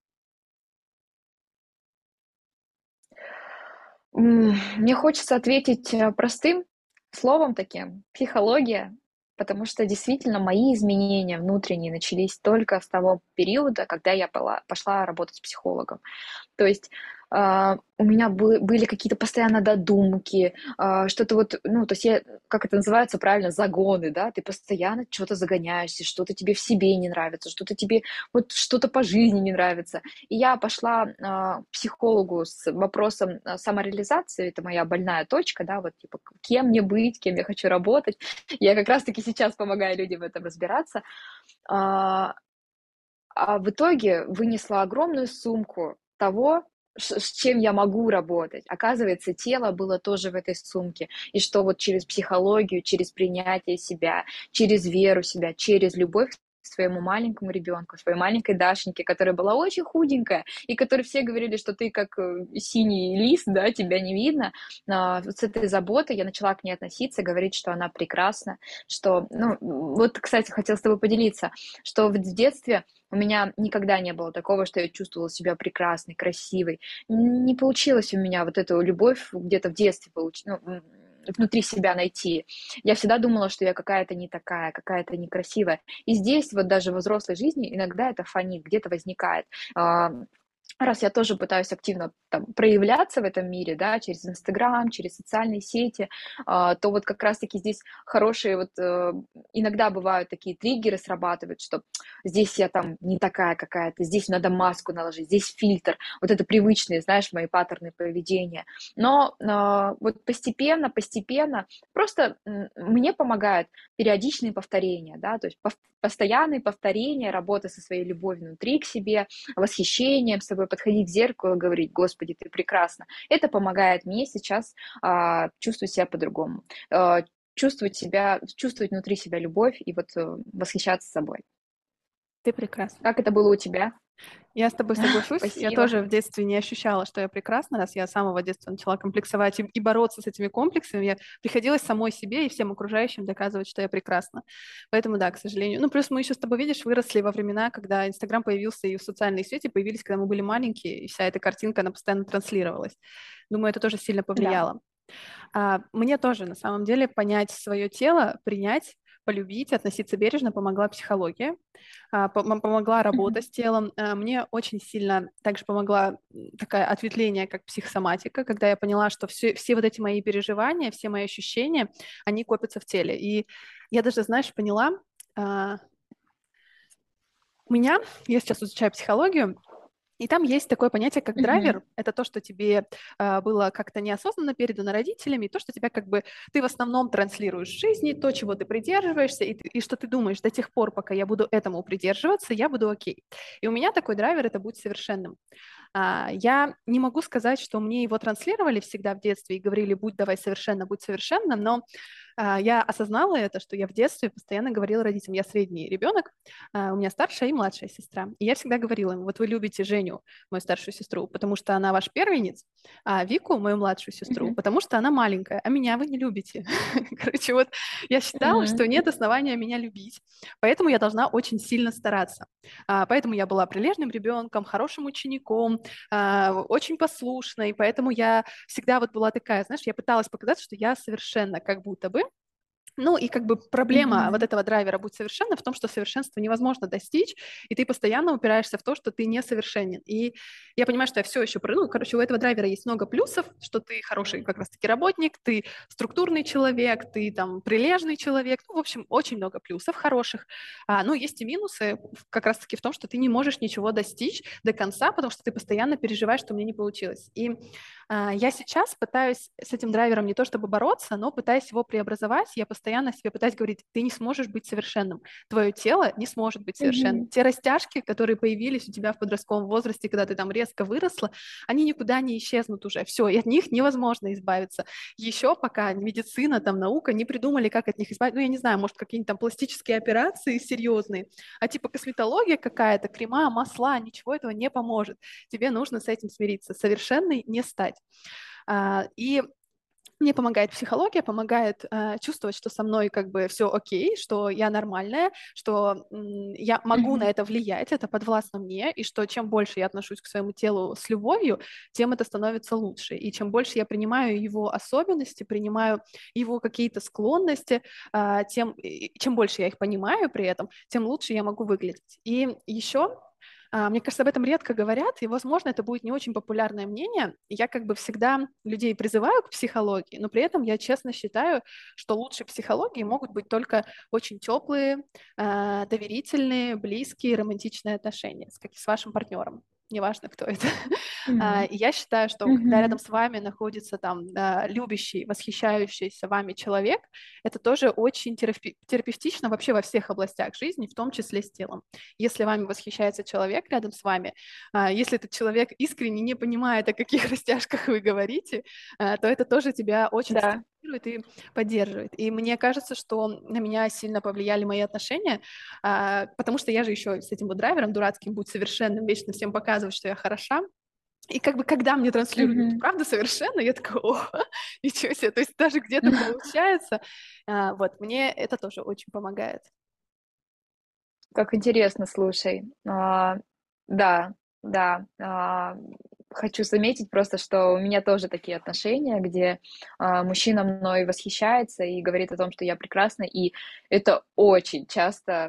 Мне хочется ответить простым словом таким, психология, потому что действительно мои изменения внутренние начались только с того периода, когда я пошла работать с психологом. То есть у меня были какие-то постоянно додумки, что-то вот, ну, то есть я, как это называется правильно, загоны, да, ты постоянно что-то загоняешься, что-то тебе в себе не нравится, что-то тебе, вот что-то по жизни не нравится. И я пошла к психологу с вопросом самореализации, это моя больная точка, да, вот типа, кем мне быть, кем я хочу работать. Я как раз-таки сейчас помогаю людям в этом разбираться. А, в итоге вынесла огромную сумку того, с чем я могу работать. Оказывается, тело было тоже в этой сумке. И что вот через психологию, через принятие себя, через веру в себя, через любовь к своему маленькому ребенку, своей маленькой Дашеньке, которая была очень худенькая, и которой все говорили, что ты как синий лист, да, тебя не видно. Вот с этой заботой я начала к ней относиться, говорить, что она прекрасна, что, ну, вот, кстати, хотела с тобой поделиться, что в детстве у меня никогда не было такого, что я чувствовала себя прекрасной, красивой. Не получилось у меня вот эту любовь где-то в детстве внутри себя найти. Я всегда думала, что я какая-то не такая, какая-то некрасивая. И здесь, вот даже в взрослой жизни, иногда это фонит, где-то возникает. Раз я тоже пытаюсь активно там проявляться в этом мире, да, через Инстаграм, через социальные сети, то вот как раз-таки здесь хорошие вот иногда бывают такие триггеры срабатывают, что здесь я там не такая какая-то, здесь надо маску наложить, здесь фильтр, вот это привычные, знаешь, мои паттерны поведения. Но вот постепенно, просто мне помогают периодичные повторения, да, то есть постоянные повторения, работа со своей любовью внутри к себе, восхищением собой, подходить к зеркалу и говорить: «Господи, ты прекрасна». Это помогает мне сейчас чувствовать себя по-другому, чувствовать внутри себя любовь и вот восхищаться собой. Ты прекрасна. Как это было у тебя? Я с тобой соглашусь. Я Спасибо. тоже в детстве не ощущала, что я прекрасна, раз я с самого детства начала комплексовать и бороться с этими комплексами. Мне приходилось самой себе и всем окружающим доказывать, что я прекрасна. Поэтому да, к сожалению. Ну, плюс мы еще с тобой, видишь, выросли во времена, когда Инстаграм появился и социальные сети появились, когда мы были маленькие, и вся эта картинка, она постоянно транслировалась. Думаю, это тоже сильно Да. повлияло. Мне тоже, на самом деле, понять свое тело, принять, полюбить, относиться бережно помогла психология, помогла работа Мгм. с телом. Мне очень сильно также помогла такая ответвление, как психосоматика, когда я поняла, что все вот эти мои переживания, все мои ощущения, они копятся в теле. И я даже, знаешь, поняла, у меня, я сейчас изучаю психологию, и там есть такое понятие, как Мгм. драйвер. Это то, что тебе было как-то неосознанно передано родителями, и то, что тебя как бы ты в основном транслируешь в жизни, то, чего ты придерживаешься, и что ты думаешь, до тех пор, пока я буду этому придерживаться, я буду окей. И у меня такой драйвер — это «будь совершенным». Я не могу сказать, что мне его транслировали всегда в детстве и говорили: будь совершенно, будь совершенным, но я осознала это, что я в детстве постоянно говорила родителям: я средний ребенок, у меня старшая и младшая сестра. И я всегда говорила им: вот вы любите Женю, мою старшую сестру, потому что она ваш первенец, а Вику, мою младшую сестру, Мгм. потому что она маленькая, а меня вы не любите. Короче, вот я считала, что нет основания меня любить, поэтому я должна очень сильно стараться. Поэтому я была прилежным ребенком, хорошим учеником, очень послушной, поэтому я всегда вот была такая, знаешь, я пыталась показать, что я совершенно как будто бы, ну и как бы проблема вот Мгм. этого драйвера «будь совершенным» в том, что совершенство невозможно достичь, и ты постоянно упираешься в то, что ты несовершенен. И я понимаю, что я все еще... Ну, короче, у этого драйвера есть много плюсов, что ты хороший как раз-таки работник, ты структурный человек, ты там прилежный человек. Ну, в общем, очень много плюсов хороших. Но есть и минусы как раз-таки в том, что ты не можешь ничего достичь до конца, потому что ты постоянно переживаешь, что у меня не получилось. И я сейчас пытаюсь с этим драйвером не то чтобы бороться, но пытаюсь его преобразовать. Я постоянно себе пытаюсь говорить: ты не сможешь быть совершенным. Твое тело не сможет быть совершенным. Мгм. Те растяжки, которые появились у тебя в подростковом возрасте, когда ты там резко выросла, они никуда не исчезнут уже. Все, и от них невозможно избавиться. Еще пока медицина, там, наука не придумали, как от них избавиться. Ну, я не знаю, может, какие-нибудь там пластические операции серьезные, а типа косметология какая-то, крема, масла, ничего этого не поможет. Тебе нужно с этим смириться. Совершенной не стать. И мне помогает психология, помогает чувствовать, что со мной как бы все окей, что я нормальная, что я могу на Мгм. это влиять, это подвластно мне, и что чем больше я отношусь к своему телу с любовью, тем это становится лучше. И чем больше я принимаю его особенности, принимаю его какие-то склонности, чем больше я их понимаю при этом, тем лучше я могу выглядеть. И еще мне кажется, об этом редко говорят, и, возможно, это будет не очень популярное мнение. Я как бы всегда людей призываю к психологии, но при этом я честно считаю, что лучше психологии могут быть только очень теплые, доверительные, близкие, романтичные отношения с вашим партнером. Неважно, кто это. Мгм. И я считаю, что когда рядом Мгм. с вами находится там любящий, восхищающийся вами человек, это тоже очень терапевтично вообще во всех областях жизни, в том числе с телом. Если вами восхищается человек рядом с вами, если этот человек искренне не понимает, о каких растяжках вы говорите, то это тоже тебя очень Да. стимулирует и поддерживает. И мне кажется, что на меня сильно повлияли мои отношения, потому что я же еще с этим вот драйвером дурацким, будь совершенным, вечно всем показывать, что я хороша. И как бы когда мне транслируют: «Ну, ты Мгм. правда совершенно?» Я такая: о, ничего себе, то есть даже где-то получается. Вот, мне это тоже очень помогает. Как интересно, слушай. Да, да. Хочу заметить просто, что у меня тоже такие отношения, где мужчина мной восхищается и говорит о том, что я прекрасна, и это очень часто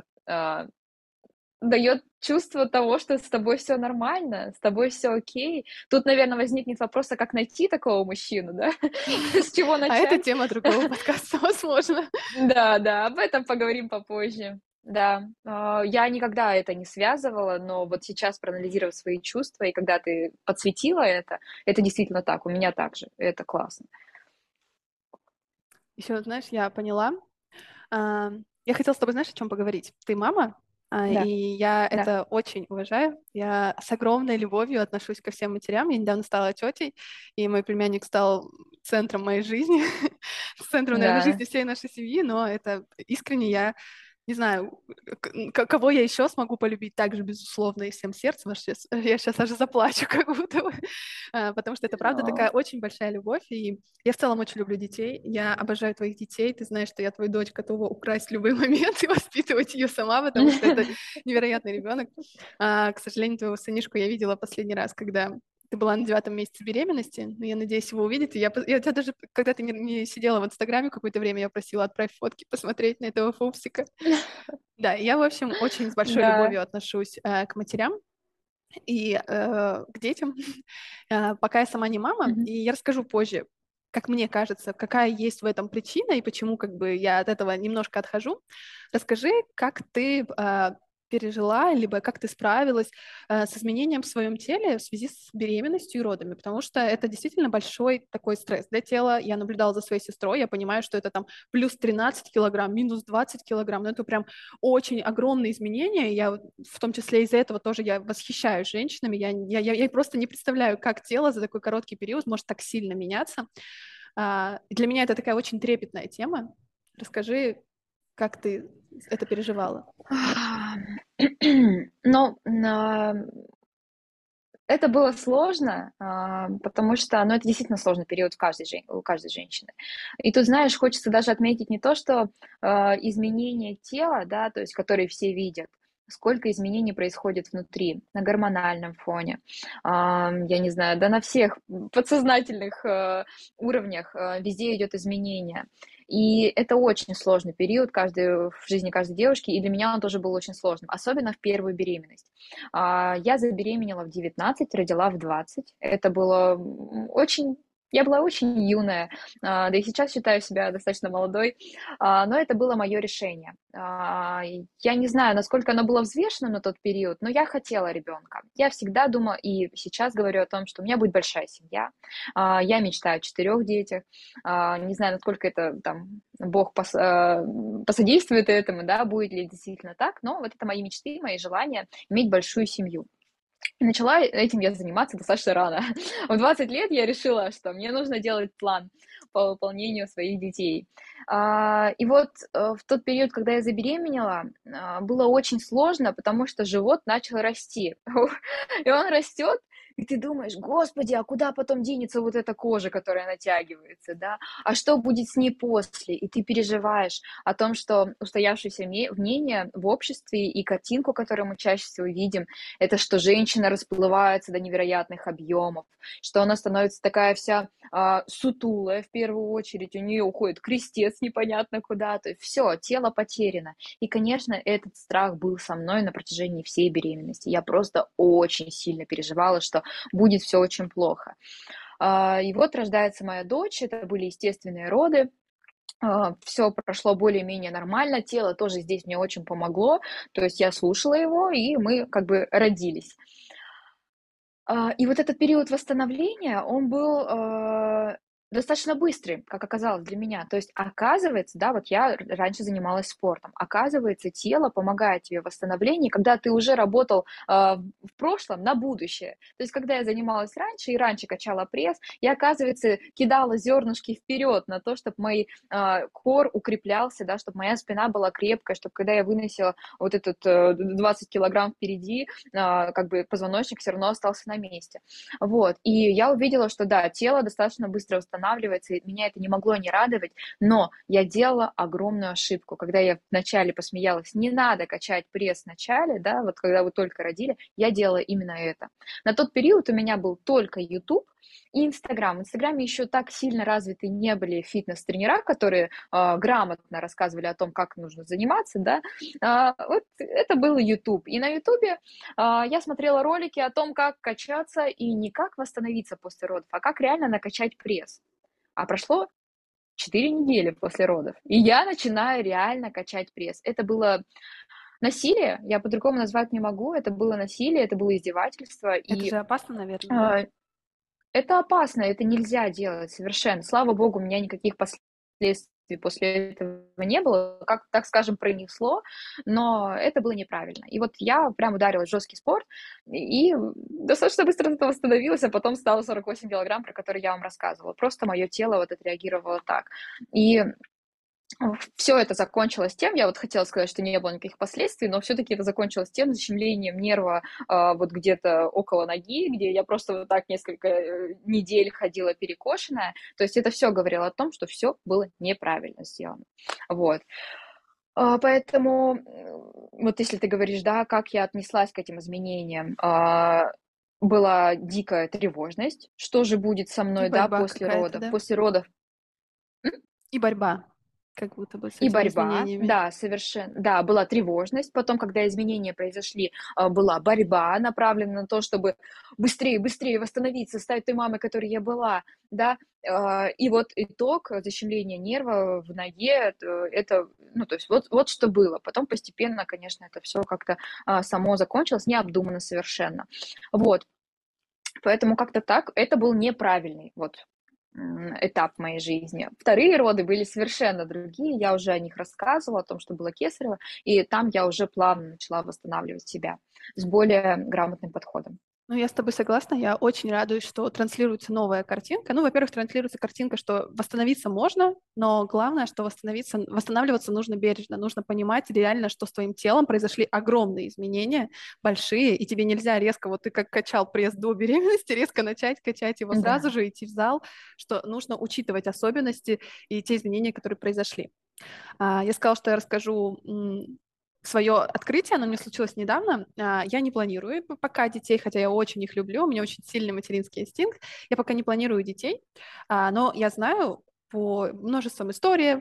дает чувство того, что с тобой все нормально, с тобой все окей. Тут, наверное, возникнет вопрос, а как найти такого мужчину, да? С чего А это начать? тема другого подкаста, возможно. Да, да, об этом поговорим попозже. Да, я никогда это не связывала, но вот сейчас, проанализировав свои чувства, и когда ты подсветила это действительно так, у меня так же, это классно. Еще, знаешь, я поняла, Я хотела с тобой, знаешь, о чем поговорить? Ты мама, и Да, я да, это очень уважаю. Я с огромной любовью отношусь ко всем матерям. Я недавно стала тетей, и мой племянник стал центром моей жизни, центром, наверное, да. жизни всей нашей семьи, но это искренне я не знаю, кого я еще смогу полюбить так же, безусловно, и всем сердцем. Я сейчас аж заплачу, как будто бы. Потому что это, правда, О, такая очень большая любовь. И я в целом очень люблю детей. Я обожаю твоих детей. Ты знаешь, что я твою дочь готова украсть в любой момент и воспитывать ее сама, потому что это невероятный ребенок. К сожалению, твоего сынишку я видела последний раз, когда ты была на 9-м месяце беременности, но я надеюсь его увидеть. И я тебя даже, когда ты не сидела в Инстаграме какое-то время, я просила отправь фотки, посмотреть на этого пупсика. Да, я, в общем, очень с большой да. любовью отношусь к матерям и к детям, пока я сама не мама. Мгм. И я расскажу позже, как мне кажется, какая есть в этом причина и почему как бы я от этого немножко отхожу. Расскажи, как ты пережила, либо как ты справилась с изменением в своем теле в связи с беременностью и родами, потому что это действительно большой такой стресс для тела. Я наблюдала за своей сестрой, я понимаю, что это там плюс 13 килограмм, минус 20 килограмм, но это прям очень огромные изменения. Я в том числе из-за этого тоже я восхищаюсь женщинами. Я просто не представляю, как тело за такой короткий период может так сильно меняться. И для меня это такая очень трепетная тема. Расскажи, как ты это переживала? Ну, это было сложно, потому что, ну, это действительно сложный период у каждой женщины. И тут, знаешь, хочется даже отметить не то, что изменение тела, да, то есть, которые все видят, сколько изменений происходит внутри, на гормональном фоне, я не знаю, да на всех подсознательных уровнях везде идет изменение. И это очень сложный период в жизни каждой девушки, и для меня он тоже был очень сложным, особенно в первую беременность. Я забеременела в 19, родила в 20. Это было очень... Я была очень юная, да и сейчас считаю себя достаточно молодой, но это было мое решение. Я не знаю, насколько оно было взвешено на тот период, но я хотела ребенка. Я всегда думала, и сейчас говорю о том, что у меня будет большая семья. Я мечтаю о 4 детях. Не знаю, насколько это там Бог посодействует этому, да, будет ли действительно так, но вот это мои мечты, мои желания иметь большую семью. И начала этим я заниматься достаточно рано. В 20 лет я решила, что мне нужно делать план по выполнению своих детей. И вот в тот период, когда я забеременела, было очень сложно, потому что живот начал расти. И он растет, и ты думаешь, господи, а куда потом денется вот эта кожа, которая натягивается, да? А что будет с ней после? И ты переживаешь о том, что устоявшееся мнение в обществе и картинку, которую мы чаще всего видим, это что женщина расплывается до невероятных объемов, что она становится такая вся сутулая в первую очередь, у нее уходит крестец непонятно куда, то есть все, тело потеряно. И, конечно, этот страх был со мной на протяжении всей беременности. Я просто очень сильно переживала, что будет все очень плохо. И вот рождается моя дочь, это были естественные роды, все прошло более-менее нормально, тело тоже здесь мне очень помогло, то есть я слушала его, и мы как бы родились. И вот этот период восстановления, он был, достаточно быстрый, как оказалось для меня. То есть, оказывается, да, вот я раньше занималась спортом, оказывается, тело помогает тебе в восстановлении, когда ты уже работал, в прошлом на будущее. То есть, когда я занималась раньше и раньше качала пресс, я, оказывается, кидала зернышки вперед на то, чтобы мой, кор укреплялся, да, чтобы моя спина была крепкая, чтобы когда я выносила вот этот, 20 килограмм впереди, как бы позвоночник все равно остался на месте. Вот. И я увидела, что да, тело достаточно быстро восстанавливается, и меня это не могло не радовать, но я делала огромную ошибку, когда я вначале посмеялась, не надо качать пресс в начале, да, вот когда вы только родили, я делала именно это. На тот период у меня был только YouTube и Инстаграм. В Инстаграме еще так сильно развиты не были фитнес-тренера, которые грамотно рассказывали о том, как нужно заниматься, да, вот это был YouTube. И на YouTube я смотрела ролики о том, как качаться и не как восстановиться после родов, а как реально накачать пресс. А прошло 4 недели после родов, и я начинаю реально качать пресс. Это было насилие, я по-другому назвать не могу, это было насилие, это было издевательство, Это и же опасно, наверное, да? а, это опасно, это нельзя делать совершенно. Слава богу, у меня никаких последствий после этого не было, как, так скажем, пронесло, но это было неправильно. И вот я прям ударилась в жесткий спорт, и достаточно быстро от этого восстановилась, а потом стало 48 килограмм, про которые я вам рассказывала. Просто мое тело вот отреагировало так. И все это закончилось тем, я вот хотела сказать, что не было никаких последствий, но все-таки это закончилось тем защемлением нерва вот где-то около ноги, где я просто вот так несколько недель ходила перекошенная. То есть это все говорило о том, что все было неправильно сделано. Вот. Поэтому вот если ты говоришь, да, как я отнеслась к этим изменениям, была дикая тревожность, что же будет со И мной, да, борьба после какая-то, родов. да? После родов И борьба, как будто бы с и этими борьба, изменениями. да, совершенно, да, была тревожность. Потом, когда изменения произошли, была борьба, направленная на то, чтобы быстрее, быстрее восстановиться, стать той мамой, которой я была, да. И вот итог защемления нерва в ноге, это, ну, то есть вот что было. Потом постепенно, конечно, это все как-то само закончилось, необдуманно совершенно. Вот, поэтому как-то так, это был неправильный вот этап в моей жизни. Вторые роды были совершенно другие, я уже о них рассказывала, о том, что было кесарево, и там я уже плавно начала восстанавливать себя с более грамотным подходом. Ну, я с тобой согласна. Я очень радуюсь, что транслируется новая картинка. Ну, во-первых, транслируется картинка, что восстановиться можно, но главное, что восстанавливаться нужно бережно. Нужно понимать реально, что с твоим телом произошли огромные изменения, большие, и тебе нельзя резко, вот ты как качал пресс до беременности, резко начать качать его сразу Да. же, идти в зал, что нужно учитывать особенности и те изменения, которые произошли. Я сказала, что я расскажу свое открытие, оно мне случилось недавно. Я не планирую пока детей, хотя я очень их люблю, у меня очень сильный материнский инстинкт. Я пока не планирую детей, но я знаю по множествам историй,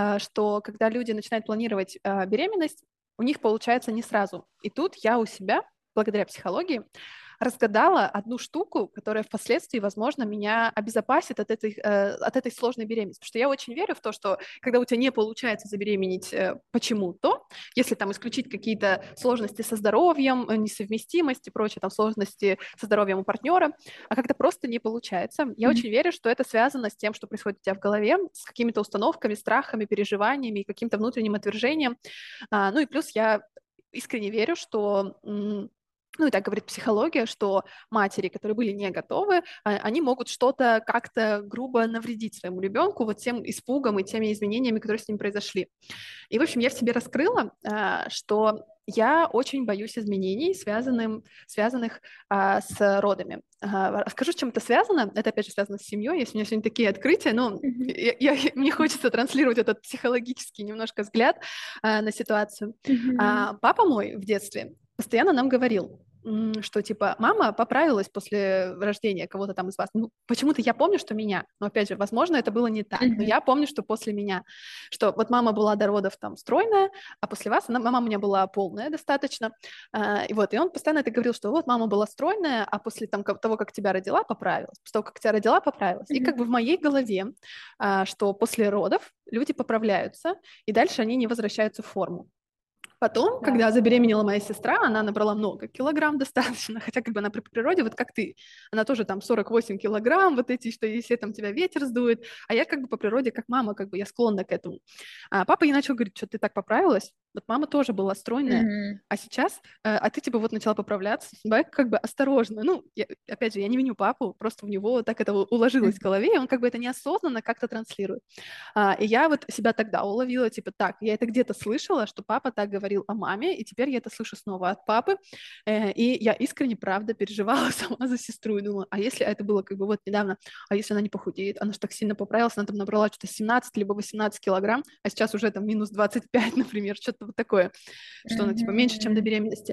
что когда люди начинают планировать беременность, у них получается не сразу. И тут я у себя, благодаря психологии, разгадала одну штуку, которая впоследствии, возможно, меня обезопасит от этой сложной беременности. Потому что я очень верю в то, что когда у тебя не получается забеременеть почему-то, если там исключить какие-то сложности со здоровьем, несовместимость и прочие там сложности со здоровьем у партнера, а когда просто не получается, я очень верю, что это связано с тем, что происходит у тебя в голове, с какими-то установками, страхами, переживаниями, каким-то внутренним отвержением. Ну и плюс я искренне верю, что ну и так говорит психология, что матери, которые были не готовы, они могут что-то как-то грубо навредить своему ребенку вот тем испугом и теми изменениями, которые с ним произошли. И, в общем, я в себе раскрыла, что я очень боюсь изменений, связанных с родами. Скажу, с чем это связано. Это, опять же, связано с семьей. Если у меня сегодня такие открытия, ну, Мгм. мне хочется транслировать этот психологический немножко взгляд на ситуацию. Мгм. Папа мой в детстве постоянно нам говорил, что типа мама поправилась после рождения кого-то там из вас. Ну, почему-то я помню, что меня, но опять же, возможно, это было не так, но Мгм. я помню, что после меня, что вот мама была до родов там стройная, а после вас мама у меня была полная достаточно, и вот, и он постоянно это говорил, что вот мама была стройная, а после там того, как тебя родила, поправилась, после того, как тебя родила, поправилась. И Мгм. как бы в моей голове, что после родов люди поправляются, и дальше они не возвращаются в форму. Потом, Да. когда забеременела моя сестра, она набрала много килограмм достаточно, хотя как бы она при природе, вот как ты, она тоже там 48 килограмм, вот эти, что если там тебя ветер сдует, а я как бы по природе, как мама, как бы я склонна к этому. Папа ей начал говорить, что ты так поправилась, вот мама тоже была стройная, Мгм. а сейчас, а ты типа вот начала поправляться, давай как бы осторожно. Ну, опять же, я не виню папу, просто у него так это уложилось в Мгм. голове, и он как бы это неосознанно как-то транслирует. И я вот себя тогда уловила, типа, так, я это где-то слышала, что папа так говорил о маме, и теперь я это слышу снова от папы, и я искренне, правда, переживала сама за сестру и думала, а если это было как бы вот недавно, а если она не похудеет, она же так сильно поправилась, она там набрала что-то 17 либо 18 килограмм, а сейчас уже там минус 25, например, что-то вот такое, что она типа меньше, чем до Мгм. беременности.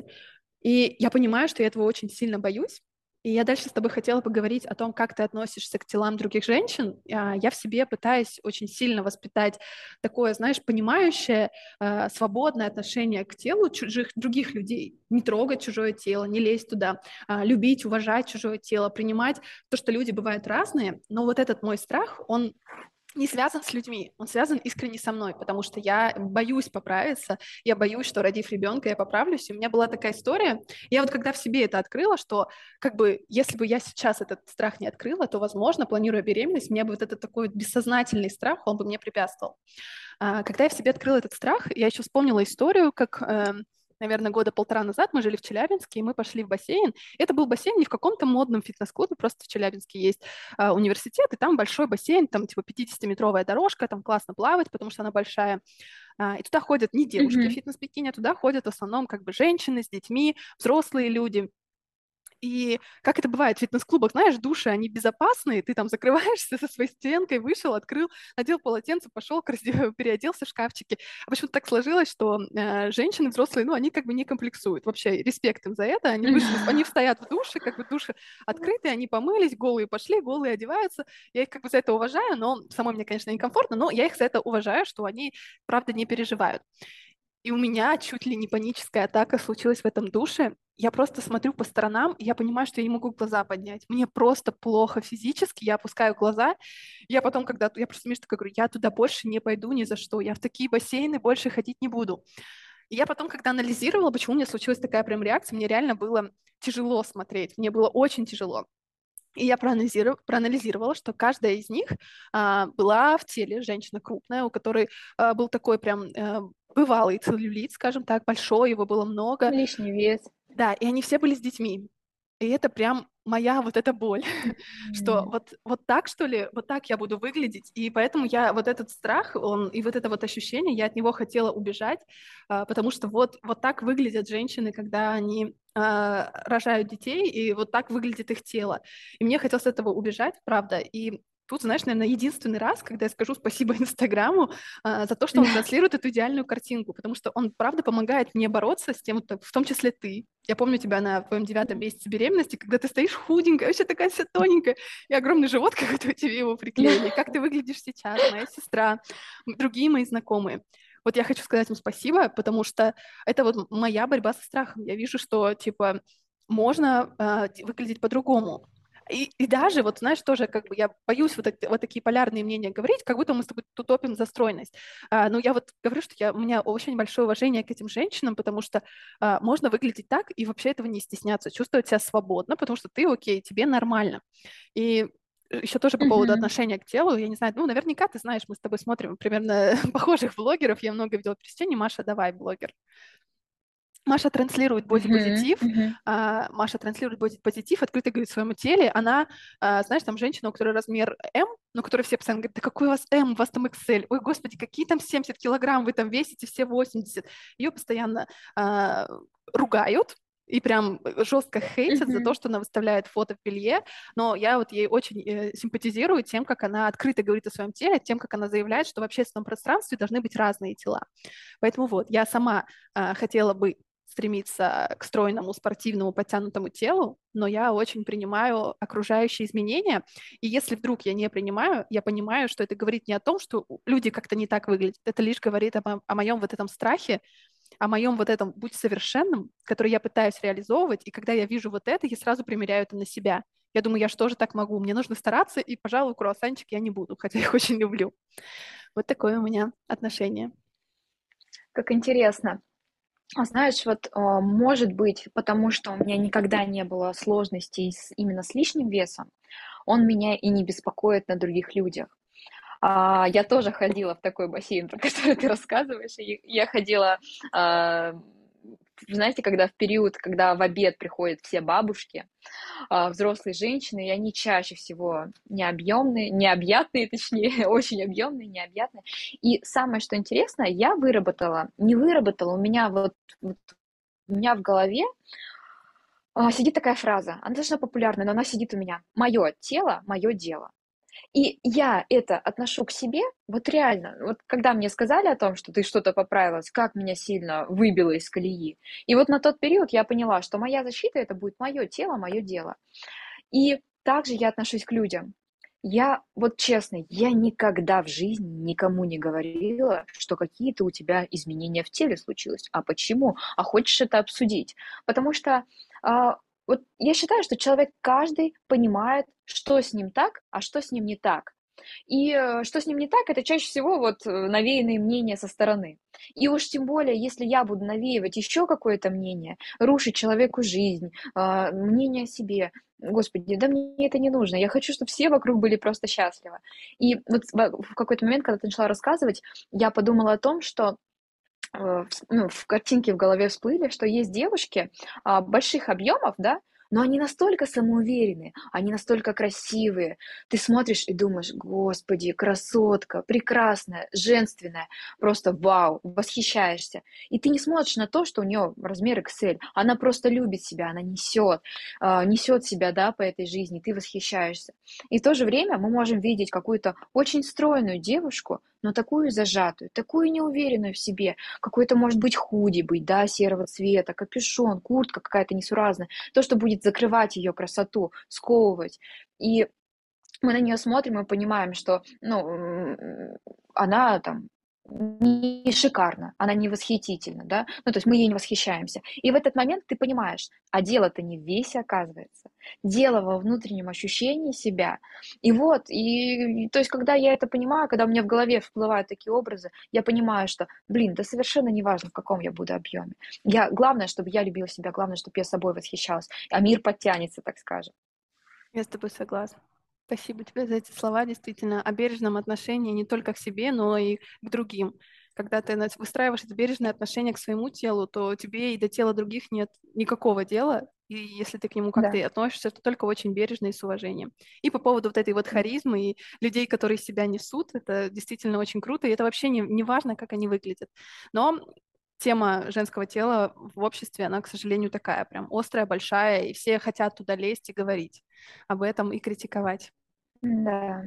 И я понимаю, что я этого очень сильно боюсь, и я дальше с тобой хотела поговорить о том, как ты относишься к телам других женщин. Я в себе пытаюсь очень сильно воспитать такое, знаешь, понимающее, свободное отношение к телу чужих, других людей. Не трогать чужое тело, не лезть туда, любить, уважать чужое тело, принимать то, что люди бывают разные. Но вот этот мой страх, он не связан с людьми, он связан искренне со мной, потому что я боюсь поправиться, я боюсь, что, родив ребенка, я поправлюсь. И у меня была такая история, я вот когда в себе это открыла, что как бы если бы я сейчас этот страх не открыла, то, возможно, планируя беременность, мне бы вот этот такой бессознательный страх, он бы мне препятствовал. Когда я в себе открыла этот страх, я еще вспомнила историю, как наверное, года полтора назад мы жили в Челябинске, и мы пошли в бассейн. Это был бассейн не в каком-то модном фитнес-клубе, просто в Челябинске есть университет, и там большой бассейн, там типа 50-метровая дорожка, там классно плавать, потому что она большая. И туда ходят не девушки в Мгм. фитнес-бикини, а туда ходят в основном как бы женщины с детьми, взрослые люди. И как это бывает в фитнес-клубах, знаешь, души, они безопасные, ты там закрываешься со своей стенкой, вышел, открыл, надел полотенце, пошел, переоделся в шкафчике. А почему-то так сложилось, что женщины взрослые, ну, они как бы не комплексуют. Вообще, респект им за это. Они вышли, они стоят в душе, как бы души открыты, они помылись, голые пошли, голые одеваются. Я их как бы за это уважаю, но самой мне, конечно, некомфортно, но я их за это уважаю, что они, правда, не переживают. И у меня чуть ли не паническая атака случилась в этом душе. Я просто смотрю по сторонам, и я понимаю, что я не могу глаза поднять. Мне просто плохо физически, я опускаю глаза. Я потом, когда... Я просто Мише такая говорю, я туда больше не пойду ни за что. Я в такие бассейны больше ходить не буду. И я потом, когда анализировала, почему у меня случилась такая прям реакция, мне реально было тяжело смотреть. Мне было очень тяжело. И я проанализировала, что каждая из них была в теле, женщина крупная, у которой был такой прям бывалый целлюлит, скажем так, большой, его было много. Лишний вес. Да, и они все были с детьми. И это прям моя вот эта боль, что М. вот так, что ли, вот так я буду выглядеть. И поэтому я вот этот страх, он, и вот это вот ощущение, я от него хотела убежать, потому что вот так выглядят женщины, когда они рожают детей, и вот так выглядит их тело. И мне хотелось от этого убежать, правда. И тут, знаешь, наверное, единственный раз, когда я скажу спасибо Инстаграму за то, что он транслирует эту идеальную картинку, потому что он, правда, помогает мне бороться с тем, в том числе ты. Я помню тебя на твоем 9-м месяце беременности, когда ты стоишь худенькая, вообще такая вся тоненькая, и огромный живот, как будто тебе его приклеили. И как ты выглядишь сейчас, моя сестра, другие мои знакомые. Вот я хочу сказать им спасибо, потому что это вот моя борьба со страхом. Я вижу, что, типа, можно выглядеть по-другому. И даже, вот знаешь, тоже как бы я боюсь вот такие полярные мнения говорить, как будто мы с тобой тут топим за стройность. Ну, я вот говорю, что у меня очень большое уважение к этим женщинам, потому что можно выглядеть так и вообще этого не стесняться, чувствовать себя свободно, потому что ты окей, тебе нормально. И еще тоже по поводу Мгм. отношения к телу, я не знаю, ну, наверняка ты знаешь, мы с тобой смотрим примерно похожих блогеров, я много видела пересечений, Маша, давай, блогер. Маша транслирует Мгм. бодипозитив, Мгм. Маша транслирует бодипозитив, открыто говорит о своем теле. Она, знаешь, там женщина, у которой размер М, но которой все постоянно говорят, да какой у вас М, у вас там XL, ой, господи, какие там 70 килограмм, вы там весите все 80. Ее постоянно а, ругают, и прям жестко хейтят за то, Мгм. что она выставляет фото в белье, но я вот ей очень симпатизирую тем, как она открыто говорит о своем теле, тем, как она заявляет, что в общественном пространстве должны быть разные тела. Поэтому вот, я сама хотела бы стремиться к стройному, спортивному, подтянутому телу, но я очень принимаю окружающие изменения. И если вдруг я не принимаю, я понимаю, что это говорит не о том, что люди как-то не так выглядят. Это лишь говорит о моем вот этом страхе, о моем вот этом «будь совершенным», который я пытаюсь реализовывать. И когда я вижу вот это, я сразу примеряю это на себя. Я думаю, я же тоже так могу. Мне нужно стараться, и, пожалуй, круассанчик я не буду, хотя их очень люблю. Вот такое у меня отношение. Как интересно. А знаешь, вот, может быть, потому что у меня никогда не было сложностей именно с лишним весом, он меня и не беспокоит на других людях. Я тоже ходила в такой бассейн, про который ты рассказываешь. И я ходила, а, знаете, когда в период, когда в обед приходят все бабушки, взрослые женщины, и они чаще всего необъемные, необъятные, точнее, очень объемные, необъятные. И самое, что интересно, я не выработала, вот у меня в голове сидит такая фраза, она достаточно популярная, но она сидит у меня. Мое тело, мое дело. И я это отношу к себе, вот реально, вот когда мне сказали о том, что ты что-то поправилась, как меня сильно выбило из колеи. И вот на тот период я поняла, что моя защита это будет мое тело, мое дело. И также я отношусь к людям. Я, вот честно, я никогда в жизни никому не говорила, что какие-то у тебя изменения в теле случилось. А почему? А хочешь это обсудить? Потому что вот я считаю, что человек каждый понимает, что с ним так, а что с ним не так. И что с ним не так, это чаще всего вот навеянные мнения со стороны. И уж тем более, если я буду навеивать еще какое-то мнение, рушить человеку жизнь, мнение о себе, Господи, да мне это не нужно. Я хочу, чтобы все вокруг были просто счастливы. И вот в какой-то момент, когда ты начала рассказывать, я подумала о том, что в картинке в голове всплыли, что есть девушки больших объемов, да, но они настолько самоуверенные, они настолько красивые. Ты смотришь и думаешь, господи, красотка, прекрасная, женственная, просто вау, восхищаешься. И ты не смотришь на то, что у нее размер XL, она просто любит себя, она несет себя, да, по этой жизни, ты восхищаешься. И в то же время мы можем видеть какую-то очень стройную девушку, но такую зажатую, такую неуверенную в себе, какой-то, может быть, худи быть, да, серого цвета, капюшон, куртка какая-то несуразная, то, что будет закрывать ее красоту, сковывать. И мы на нее смотрим и понимаем, что, ну, она там не шикарна, она не восхитительна, да, ну, то есть мы ей не восхищаемся. И в этот момент ты понимаешь, а дело-то не в весе, оказывается, дело во внутреннем ощущении себя. И вот, и то есть когда я это понимаю, когда у меня в голове всплывают такие образы, я понимаю, что, блин, да совершенно не важно, в каком я буду объеме. Главное, чтобы я любила себя, главное, чтобы я собой восхищалась, а мир подтянется, так скажем. Я с тобой согласна. Спасибо тебе за эти слова, действительно, о бережном отношении не только к себе, но и к другим. Когда ты выстраиваешь это бережное отношение к своему телу, то тебе и до тела других нет никакого дела, и если ты к нему как-то Да. и относишься, то только очень бережно и с уважением. И по поводу вот этой вот харизмы и людей, которые себя несут, это действительно очень круто, и это вообще не важно, как они выглядят. Но тема женского тела в обществе, она, к сожалению, такая прям острая, большая, и все хотят туда лезть и говорить об этом и критиковать. Да,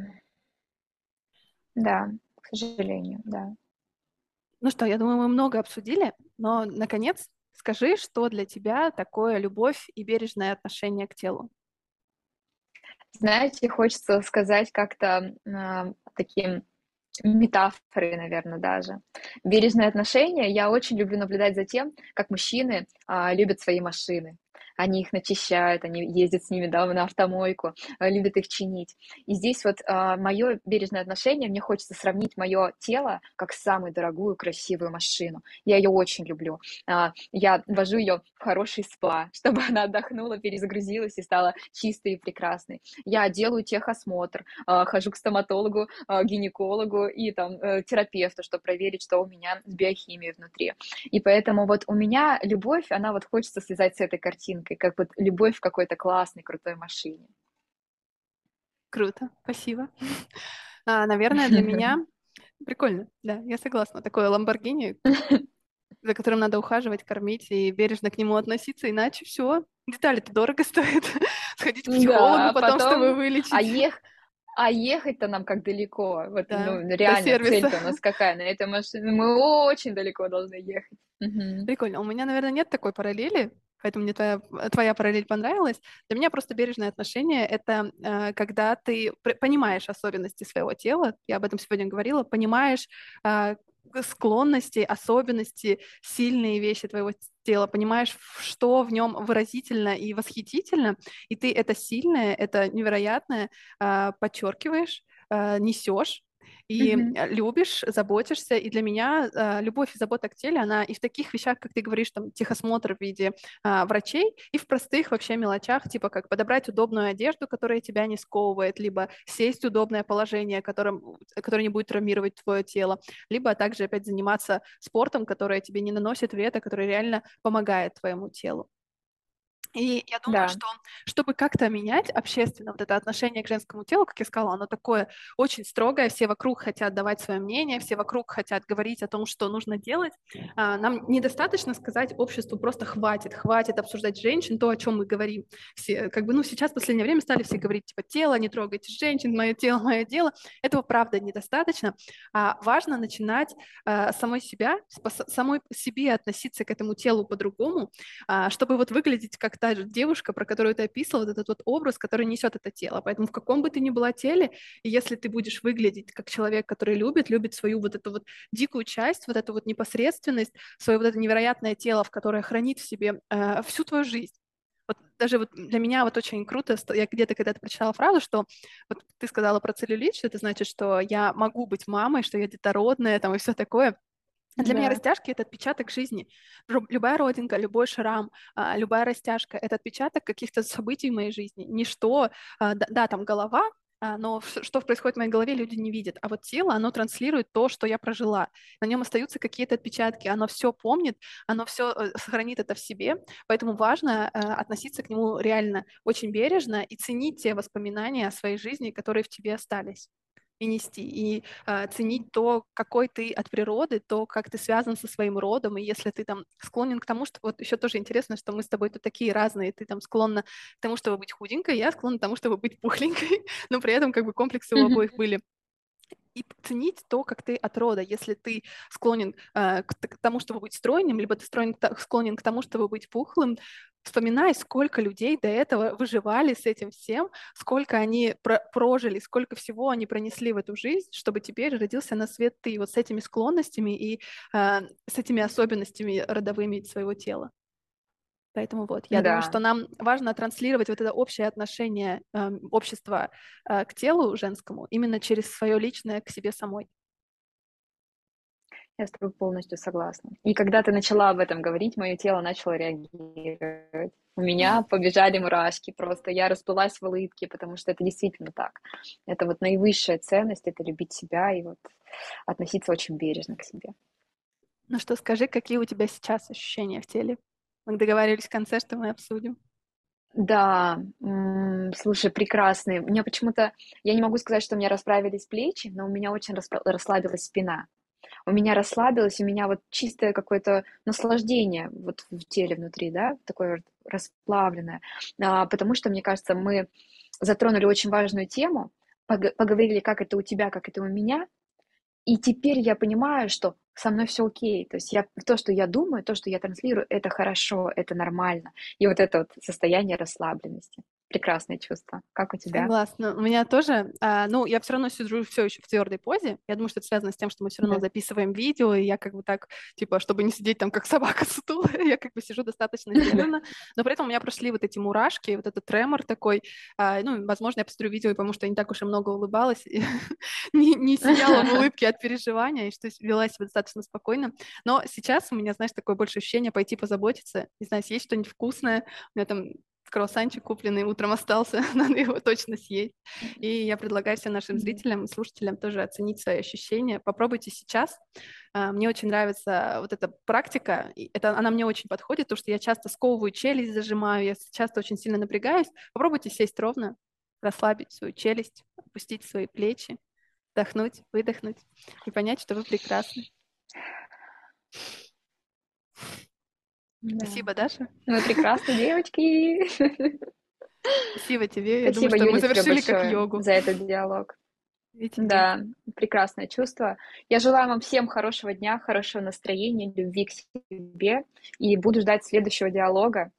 да, к сожалению, да. Ну что, я думаю, мы много обсудили, но, наконец, скажи, что для тебя такое любовь и бережное отношение к телу? Знаете, хочется сказать как-то таким метафорой, наверное, даже. Бережное отношение. Я очень люблю наблюдать за тем, как мужчины любят свои машины. Они их начищают, они ездят с ними, да, на автомойку, любят их чинить. И здесь вот мое бережное отношение, мне хочется сравнить мое тело как самую дорогую, красивую машину. Я ее очень люблю. Я вожу ее в хороший спа, чтобы она отдохнула, перезагрузилась и стала чистой и прекрасной. Я делаю техосмотр, хожу к стоматологу, гинекологу и там терапевту, чтобы проверить, что у меня с биохимией внутри. И поэтому вот у меня любовь, она вот хочется связать с этой картинкой, как вот любовь в какой-то классной, крутой машине. Круто, спасибо. Наверное, для меня прикольно, да, я согласна. Такое Ламборгини, за которым надо ухаживать, кормить и бережно к нему относиться, иначе все, детали-то дорого стоят. Сходить к психологу Да, потом, чтобы потом, а, вылечить. ех... а ехать-то нам как далеко. Вот, Да, ну, до реально, сервиса. цель-то у нас какая на этой машине? Мы очень далеко должны ехать. Мгм. Прикольно. У меня, наверное, нет такой параллели, поэтому мне твоя параллель понравилась. Для меня просто бережное отношение — это когда ты понимаешь особенности своего тела, я об этом сегодня говорила, понимаешь э, склонности, особенности, сильные вещи твоего тела, понимаешь, что в нем выразительно и восхитительно, и ты это сильное, это невероятное подчеркиваешь, несешь, и Мгм. любишь, заботишься. И для меня любовь и забота к телу, она и в таких вещах, как ты говоришь, там, техосмотр в виде врачей, и в простых вообще мелочах, типа как подобрать удобную одежду, которая тебя не сковывает, либо сесть в удобное положение, которое не будет травмировать твое тело, либо также опять заниматься спортом, который тебе не наносит вред, а который реально помогает твоему телу. И я думаю, Да, что чтобы как-то менять общественно вот это отношение к женскому телу, как я сказала, оно такое очень строгое, все вокруг хотят давать свое мнение, все вокруг хотят говорить о том, что нужно делать. Нам недостаточно сказать обществу просто хватит обсуждать женщин, то, о чем мы говорим. Все, как бы, ну, сейчас в последнее время стали все говорить, типа, тело, не трогайте женщин, мое тело, мое дело. Этого, правда, недостаточно. Важно начинать самой себя, самой себе относиться к этому телу по-другому, чтобы вот выглядеть как та же девушка, про которую ты описывал, вот этот вот образ, который несет это тело. Поэтому в каком бы ты ни была теле, и если ты будешь выглядеть как человек, который любит свою вот эту вот дикую часть, вот эту вот непосредственность, свое вот это невероятное тело, в которое хранит в себе всю твою жизнь, Вот даже вот для меня вот очень круто, я где-то когда-то прочитала фразу, что вот ты сказала про целлюлит, что это значит, что я могу быть мамой, что я детородная там и все такое. А для меня Да, растяжки — это отпечаток жизни. Любая родинка, любой шрам, любая растяжка — это отпечаток каких-то событий в моей жизни. Ничто, да, там голова, но что происходит в моей голове, люди не видят. А вот тело, оно транслирует то, что я прожила. На нем остаются какие-то отпечатки, оно все помнит, оно все сохранит это в себе. Поэтому важно относиться к нему реально очень бережно и ценить те воспоминания о своей жизни, которые в тебе остались и нести, и ценить то, какой ты от природы, то, как ты связан со своим родом, и если ты там склонен к тому, что... Вот еще тоже интересно, что мы с тобой тут такие разные, ты там склонна к тому, чтобы быть худенькой, я склонна к тому, чтобы быть пухленькой, но при этом как бы комплексы у обоих были и ценить то, как ты от рода. Если ты склонен к тому, чтобы быть стройным, либо ты склонен к тому, чтобы быть пухлым, вспоминай, сколько людей до этого выживали с этим всем, сколько они прожили, сколько всего они пронесли в эту жизнь, чтобы теперь родился на свет ты вот с этими склонностями и с этими особенностями родовыми своего тела. Поэтому вот, я думаю, да. что нам важно транслировать вот это общее отношение общества к телу женскому именно через свое личное к себе самой. Я с тобой полностью согласна. И когда ты начала об этом говорить, мое тело начало реагировать. У меня побежали мурашки просто. Я расплылась в улыбке, потому что это действительно так. Это вот наивысшая ценность — это любить себя и вот относиться очень бережно к себе. Ну что, скажи, какие у тебя сейчас ощущения в теле? Мы договаривались в конце, что мы обсудим. Да, слушай, прекрасные. У меня почему-то, я не могу сказать, что у меня расправились плечи, но у меня очень расслабилась спина. У меня расслабилось, у меня вот чистое какое-то наслаждение вот в теле внутри, да, такое вот расплавленное. Потому что, мне кажется, мы затронули очень важную тему, поговорили, как это у тебя, как это у меня, и теперь я понимаю, что со мной все окей. То есть то, что я думаю, то, что я транслирую, это хорошо, это нормально. И вот это вот состояние расслабленности. Прекрасное чувство. Как у тебя? Согласна. У меня тоже, ну, я все равно сижу все еще в твердой позе. Я думаю, что это связано с тем, что мы все равно Да. записываем видео, и я как бы так, типа, чтобы не сидеть там как собака с стула, я как бы сижу достаточно сдержанно, но при этом у меня прошли вот эти мурашки, вот этот тремор такой. Ну, возможно, я посмотрю видео и пойму, что я не так уж и много улыбалась, и не сияла в улыбке от переживания, и что вела себя достаточно спокойно. Но сейчас у меня, знаешь, такое больше ощущение пойти позаботиться, не знаю, съесть что-нибудь вкусное, у меня там круассанчик купленный утром остался, надо его точно съесть. И я предлагаю всем нашим Да. зрителям, слушателям тоже оценить свои ощущения. Попробуйте сейчас. Мне очень нравится вот эта практика, и она мне очень подходит, потому что я часто сковываю челюсть, зажимаю, я часто очень сильно напрягаюсь. Попробуйте сесть ровно, расслабить свою челюсть, опустить свои плечи, вдохнуть, выдохнуть и понять, что вы прекрасны. Да. Спасибо, Даша. Вы прекрасные девочки. Спасибо тебе. Я думаю, Спасибо, что мы Юля, тебе завершили как большое йогу. за этот диалог. И тебе. Да, прекрасное чувство. Я желаю вам всем хорошего дня, хорошего настроения, любви к себе и буду ждать следующего диалога.